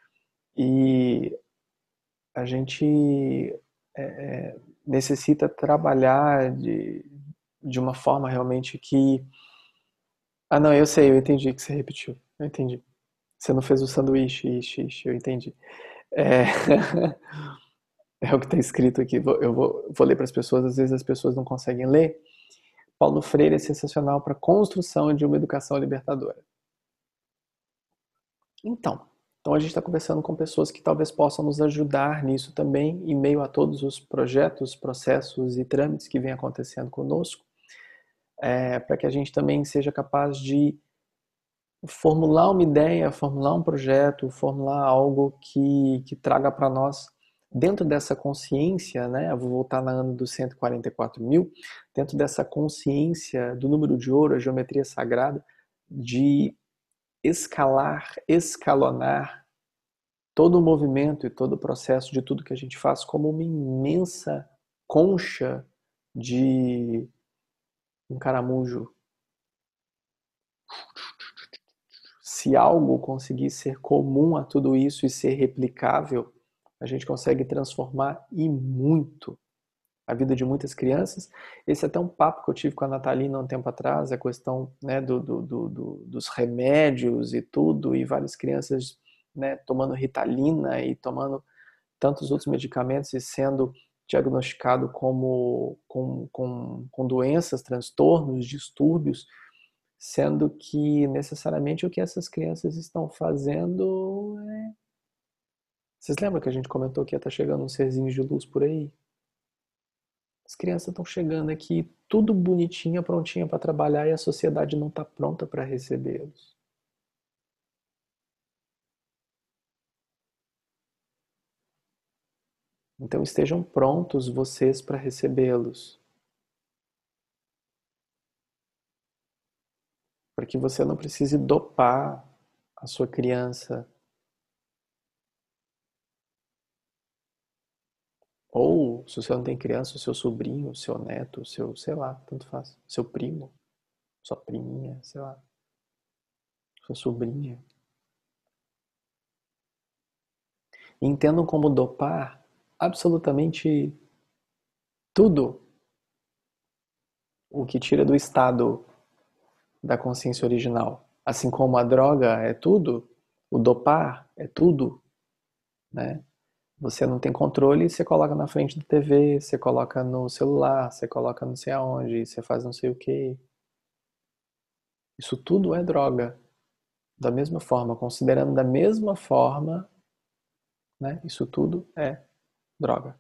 E a gente é, é, necessita trabalhar de, de uma forma realmente que... Ah, não, eu sei, eu entendi que você repetiu. Eu entendi. Você não fez o sanduíche, ixi, ixi, eu entendi. É, é o que está escrito aqui. Eu vou, vou ler para as pessoas, às vezes as pessoas não conseguem ler. Paulo Freire é sensacional para a construção de uma educação libertadora. Então, então a gente está conversando com pessoas que talvez possam nos ajudar nisso também, em meio a todos os projetos, processos e trâmites que vêm acontecendo conosco, é, para que a gente também seja capaz de formular uma ideia, formular um projeto, formular algo que, que traga para nós, dentro dessa consciência, né, eu vou voltar na ano dos cento e quarenta e quatro mil, dentro dessa consciência do número de ouro, a geometria sagrada, de escalar, escalonar todo o movimento e todo o processo de tudo que a gente faz como uma imensa concha de um caramujo. Se algo conseguir ser comum a tudo isso e ser replicável, a gente consegue transformar e muito a vida de muitas crianças. Esse é até um papo que eu tive com a Natalina um tempo atrás, a questão, né, do, do, do, do, dos remédios e tudo, e várias crianças, né, tomando Ritalina e tomando tantos outros medicamentos e sendo diagnosticado como com, com, com doenças, transtornos, distúrbios, sendo que necessariamente o que essas crianças estão fazendo é... Vocês lembram que a gente comentou que ia estar chegando uns serzinhos de luz por aí? As crianças estão chegando aqui tudo bonitinha, prontinha para trabalhar e a sociedade não está pronta para recebê-los. Então estejam prontos vocês para recebê-los. Para que você não precise dopar a sua criança. Ou, se você não tem criança, o seu sobrinho, o seu neto, o seu, sei lá, tanto faz. Seu primo, sua priminha, sei lá. Sua sobrinha. E entendam como dopar absolutamente tudo o que tira do estado da consciência original. Assim como a droga é tudo, o dopar é tudo, né? Você não tem controle, você coloca na frente da T V, você coloca no celular, você coloca não sei aonde, você faz não sei o que. Isso tudo é droga. Da mesma forma, considerando da mesma forma, né? Isso tudo é droga.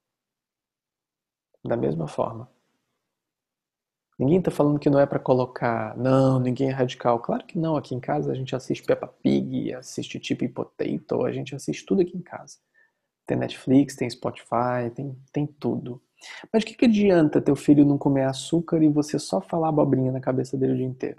Da mesma forma. Ninguém tá falando que não é pra colocar... Não, ninguém é radical. Claro que não. Aqui em casa a gente assiste Peppa Pig, assiste Chip e Potato, a gente assiste tudo aqui em casa. Tem Netflix, tem Spotify, tem, tem tudo. Mas o que, que adianta teu filho não comer açúcar e você só falar abobrinha na cabeça dele o dia inteiro?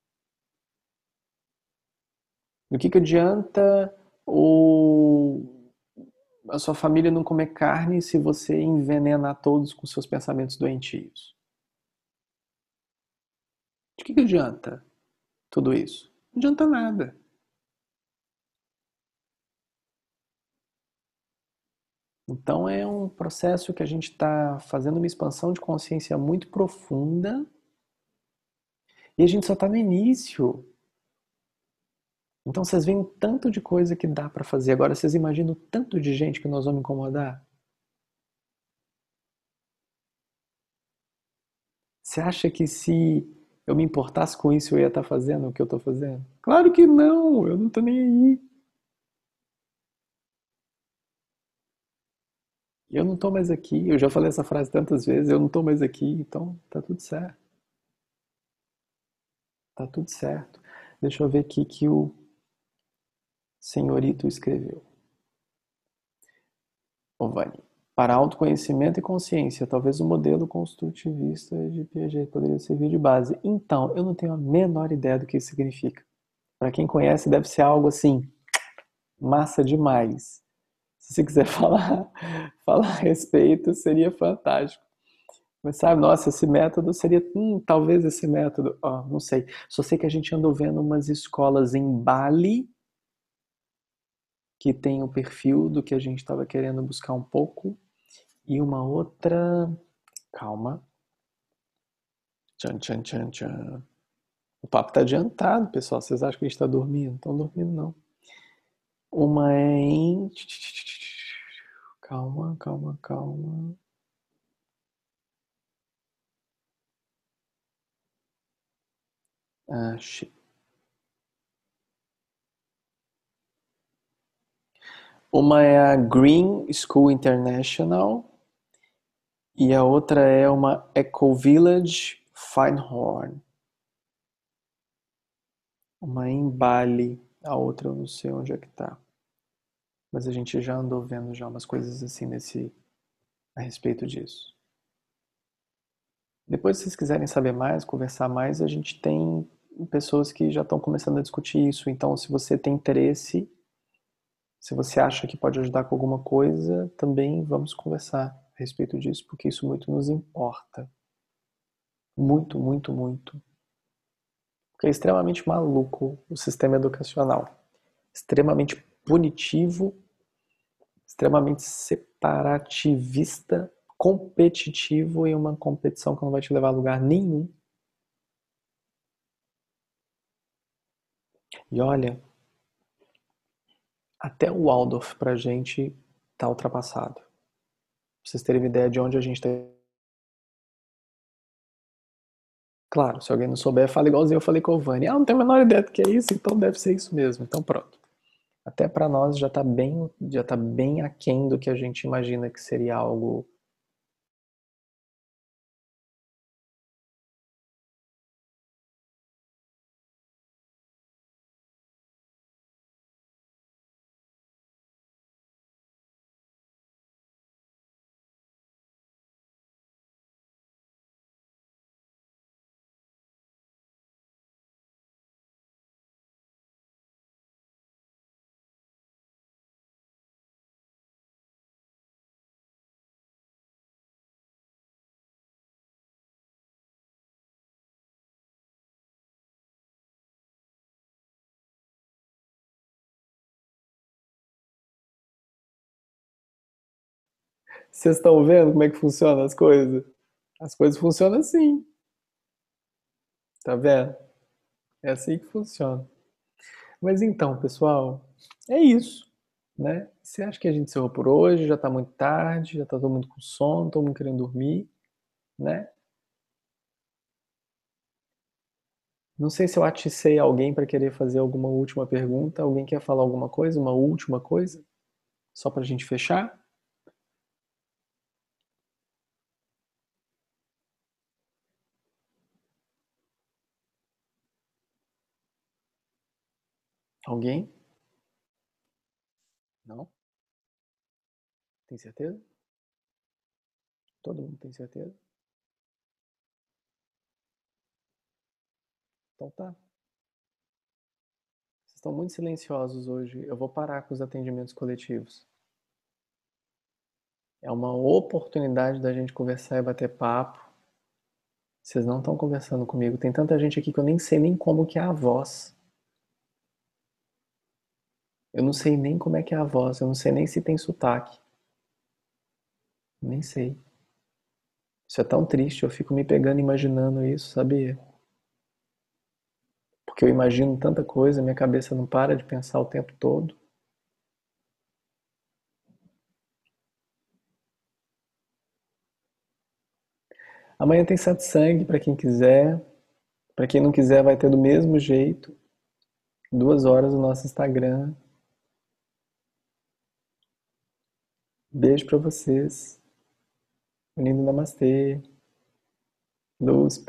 O que, que adianta o... a sua família não comer carne se você envenena todos com seus pensamentos doentios? De que, que adianta tudo isso? Não adianta nada. Então é um processo que a gente está fazendo uma expansão de consciência muito profunda e a gente só está no início. Então vocês veem o tanto de coisa que dá para fazer. Agora vocês imaginam o tanto de gente que nós vamos incomodar? Você acha que se eu me importasse com isso eu ia estar fazendo o que eu estou fazendo? Claro que não, eu não estou nem aí. Eu não estou mais aqui, eu já falei essa frase tantas vezes, eu não estou mais aqui, então tá tudo certo. Tá tudo certo. Deixa eu ver aqui que o senhorito escreveu. Ovani. Para autoconhecimento e consciência, talvez o modelo construtivista de Piaget poderia servir de base. Então, eu não tenho a menor ideia do que isso significa. Para quem conhece, deve ser algo assim, massa demais. Se você quiser falar, falar a respeito, seria fantástico. Mas sabe, nossa, esse método seria, hum, talvez esse método, ó, não sei. Só sei que a gente andou vendo umas escolas em Bali que tem o perfil do que a gente estava querendo buscar um pouco. E uma outra... Calma. Tchan, tchan, tchan, tchan. O papo tá adiantado, pessoal. Vocês acham que a gente tá dormindo? Não estão dormindo, não. Uma é em... Calma, calma, calma. Achei. Uma é a Green School International e a outra é uma Eco Village Feinhorn. Uma em Bali, a outra eu não sei onde é que tá. Mas a gente já andou vendo já umas coisas assim nesse, a respeito disso. Depois, se vocês quiserem saber mais, conversar mais, a gente tem pessoas que já estão começando a discutir isso. Então, se você tem interesse, se você acha que pode ajudar com alguma coisa, também vamos conversar a respeito disso, porque isso muito nos importa. Muito, muito, muito. Porque é extremamente maluco o sistema educacional. Extremamente punitivo, extremamente separativista, competitivo e uma competição que não vai te levar a lugar nenhum. E olha, até o Waldorf pra gente tá ultrapassado. Pra vocês terem uma ideia de onde a gente tá. Claro, se alguém não souber, fala igualzinho eu falei com o Vani. Ah, não tenho a menor ideia do que é isso, então deve ser isso mesmo. Então pronto. Até pra nós já tá bem, já tá bem aquém do que a gente imagina que seria algo. Vocês estão vendo como é que funcionam as coisas? As coisas funcionam assim. Tá vendo? É assim que funciona. Mas então, pessoal, é isso, né? Você acha que a gente encerrou por hoje? Já tá muito tarde, já tá todo mundo com sono, todo mundo querendo dormir, né? Não sei se eu aticei alguém para querer fazer alguma última pergunta. Alguém quer falar alguma coisa? Uma última coisa? Só pra gente fechar? Alguém? Não? Tem certeza? Todo mundo tem certeza? Então tá. Vocês estão muito silenciosos hoje. Eu vou parar com os atendimentos coletivos. É uma oportunidade da gente conversar e bater papo. Vocês não estão conversando comigo. Tem tanta gente aqui que eu nem sei nem como que é a voz. Eu não sei nem como é que é a voz, eu não sei nem se tem sotaque. Nem sei. Isso é tão triste, eu fico me pegando imaginando isso, sabia? Porque eu imagino tanta coisa, minha cabeça não para de pensar o tempo todo. Amanhã tem satsang para quem quiser. Para quem não quiser, vai ter do mesmo jeito. Duas horas no nosso Instagram. Beijo para vocês. Um lindo namastê. Luz.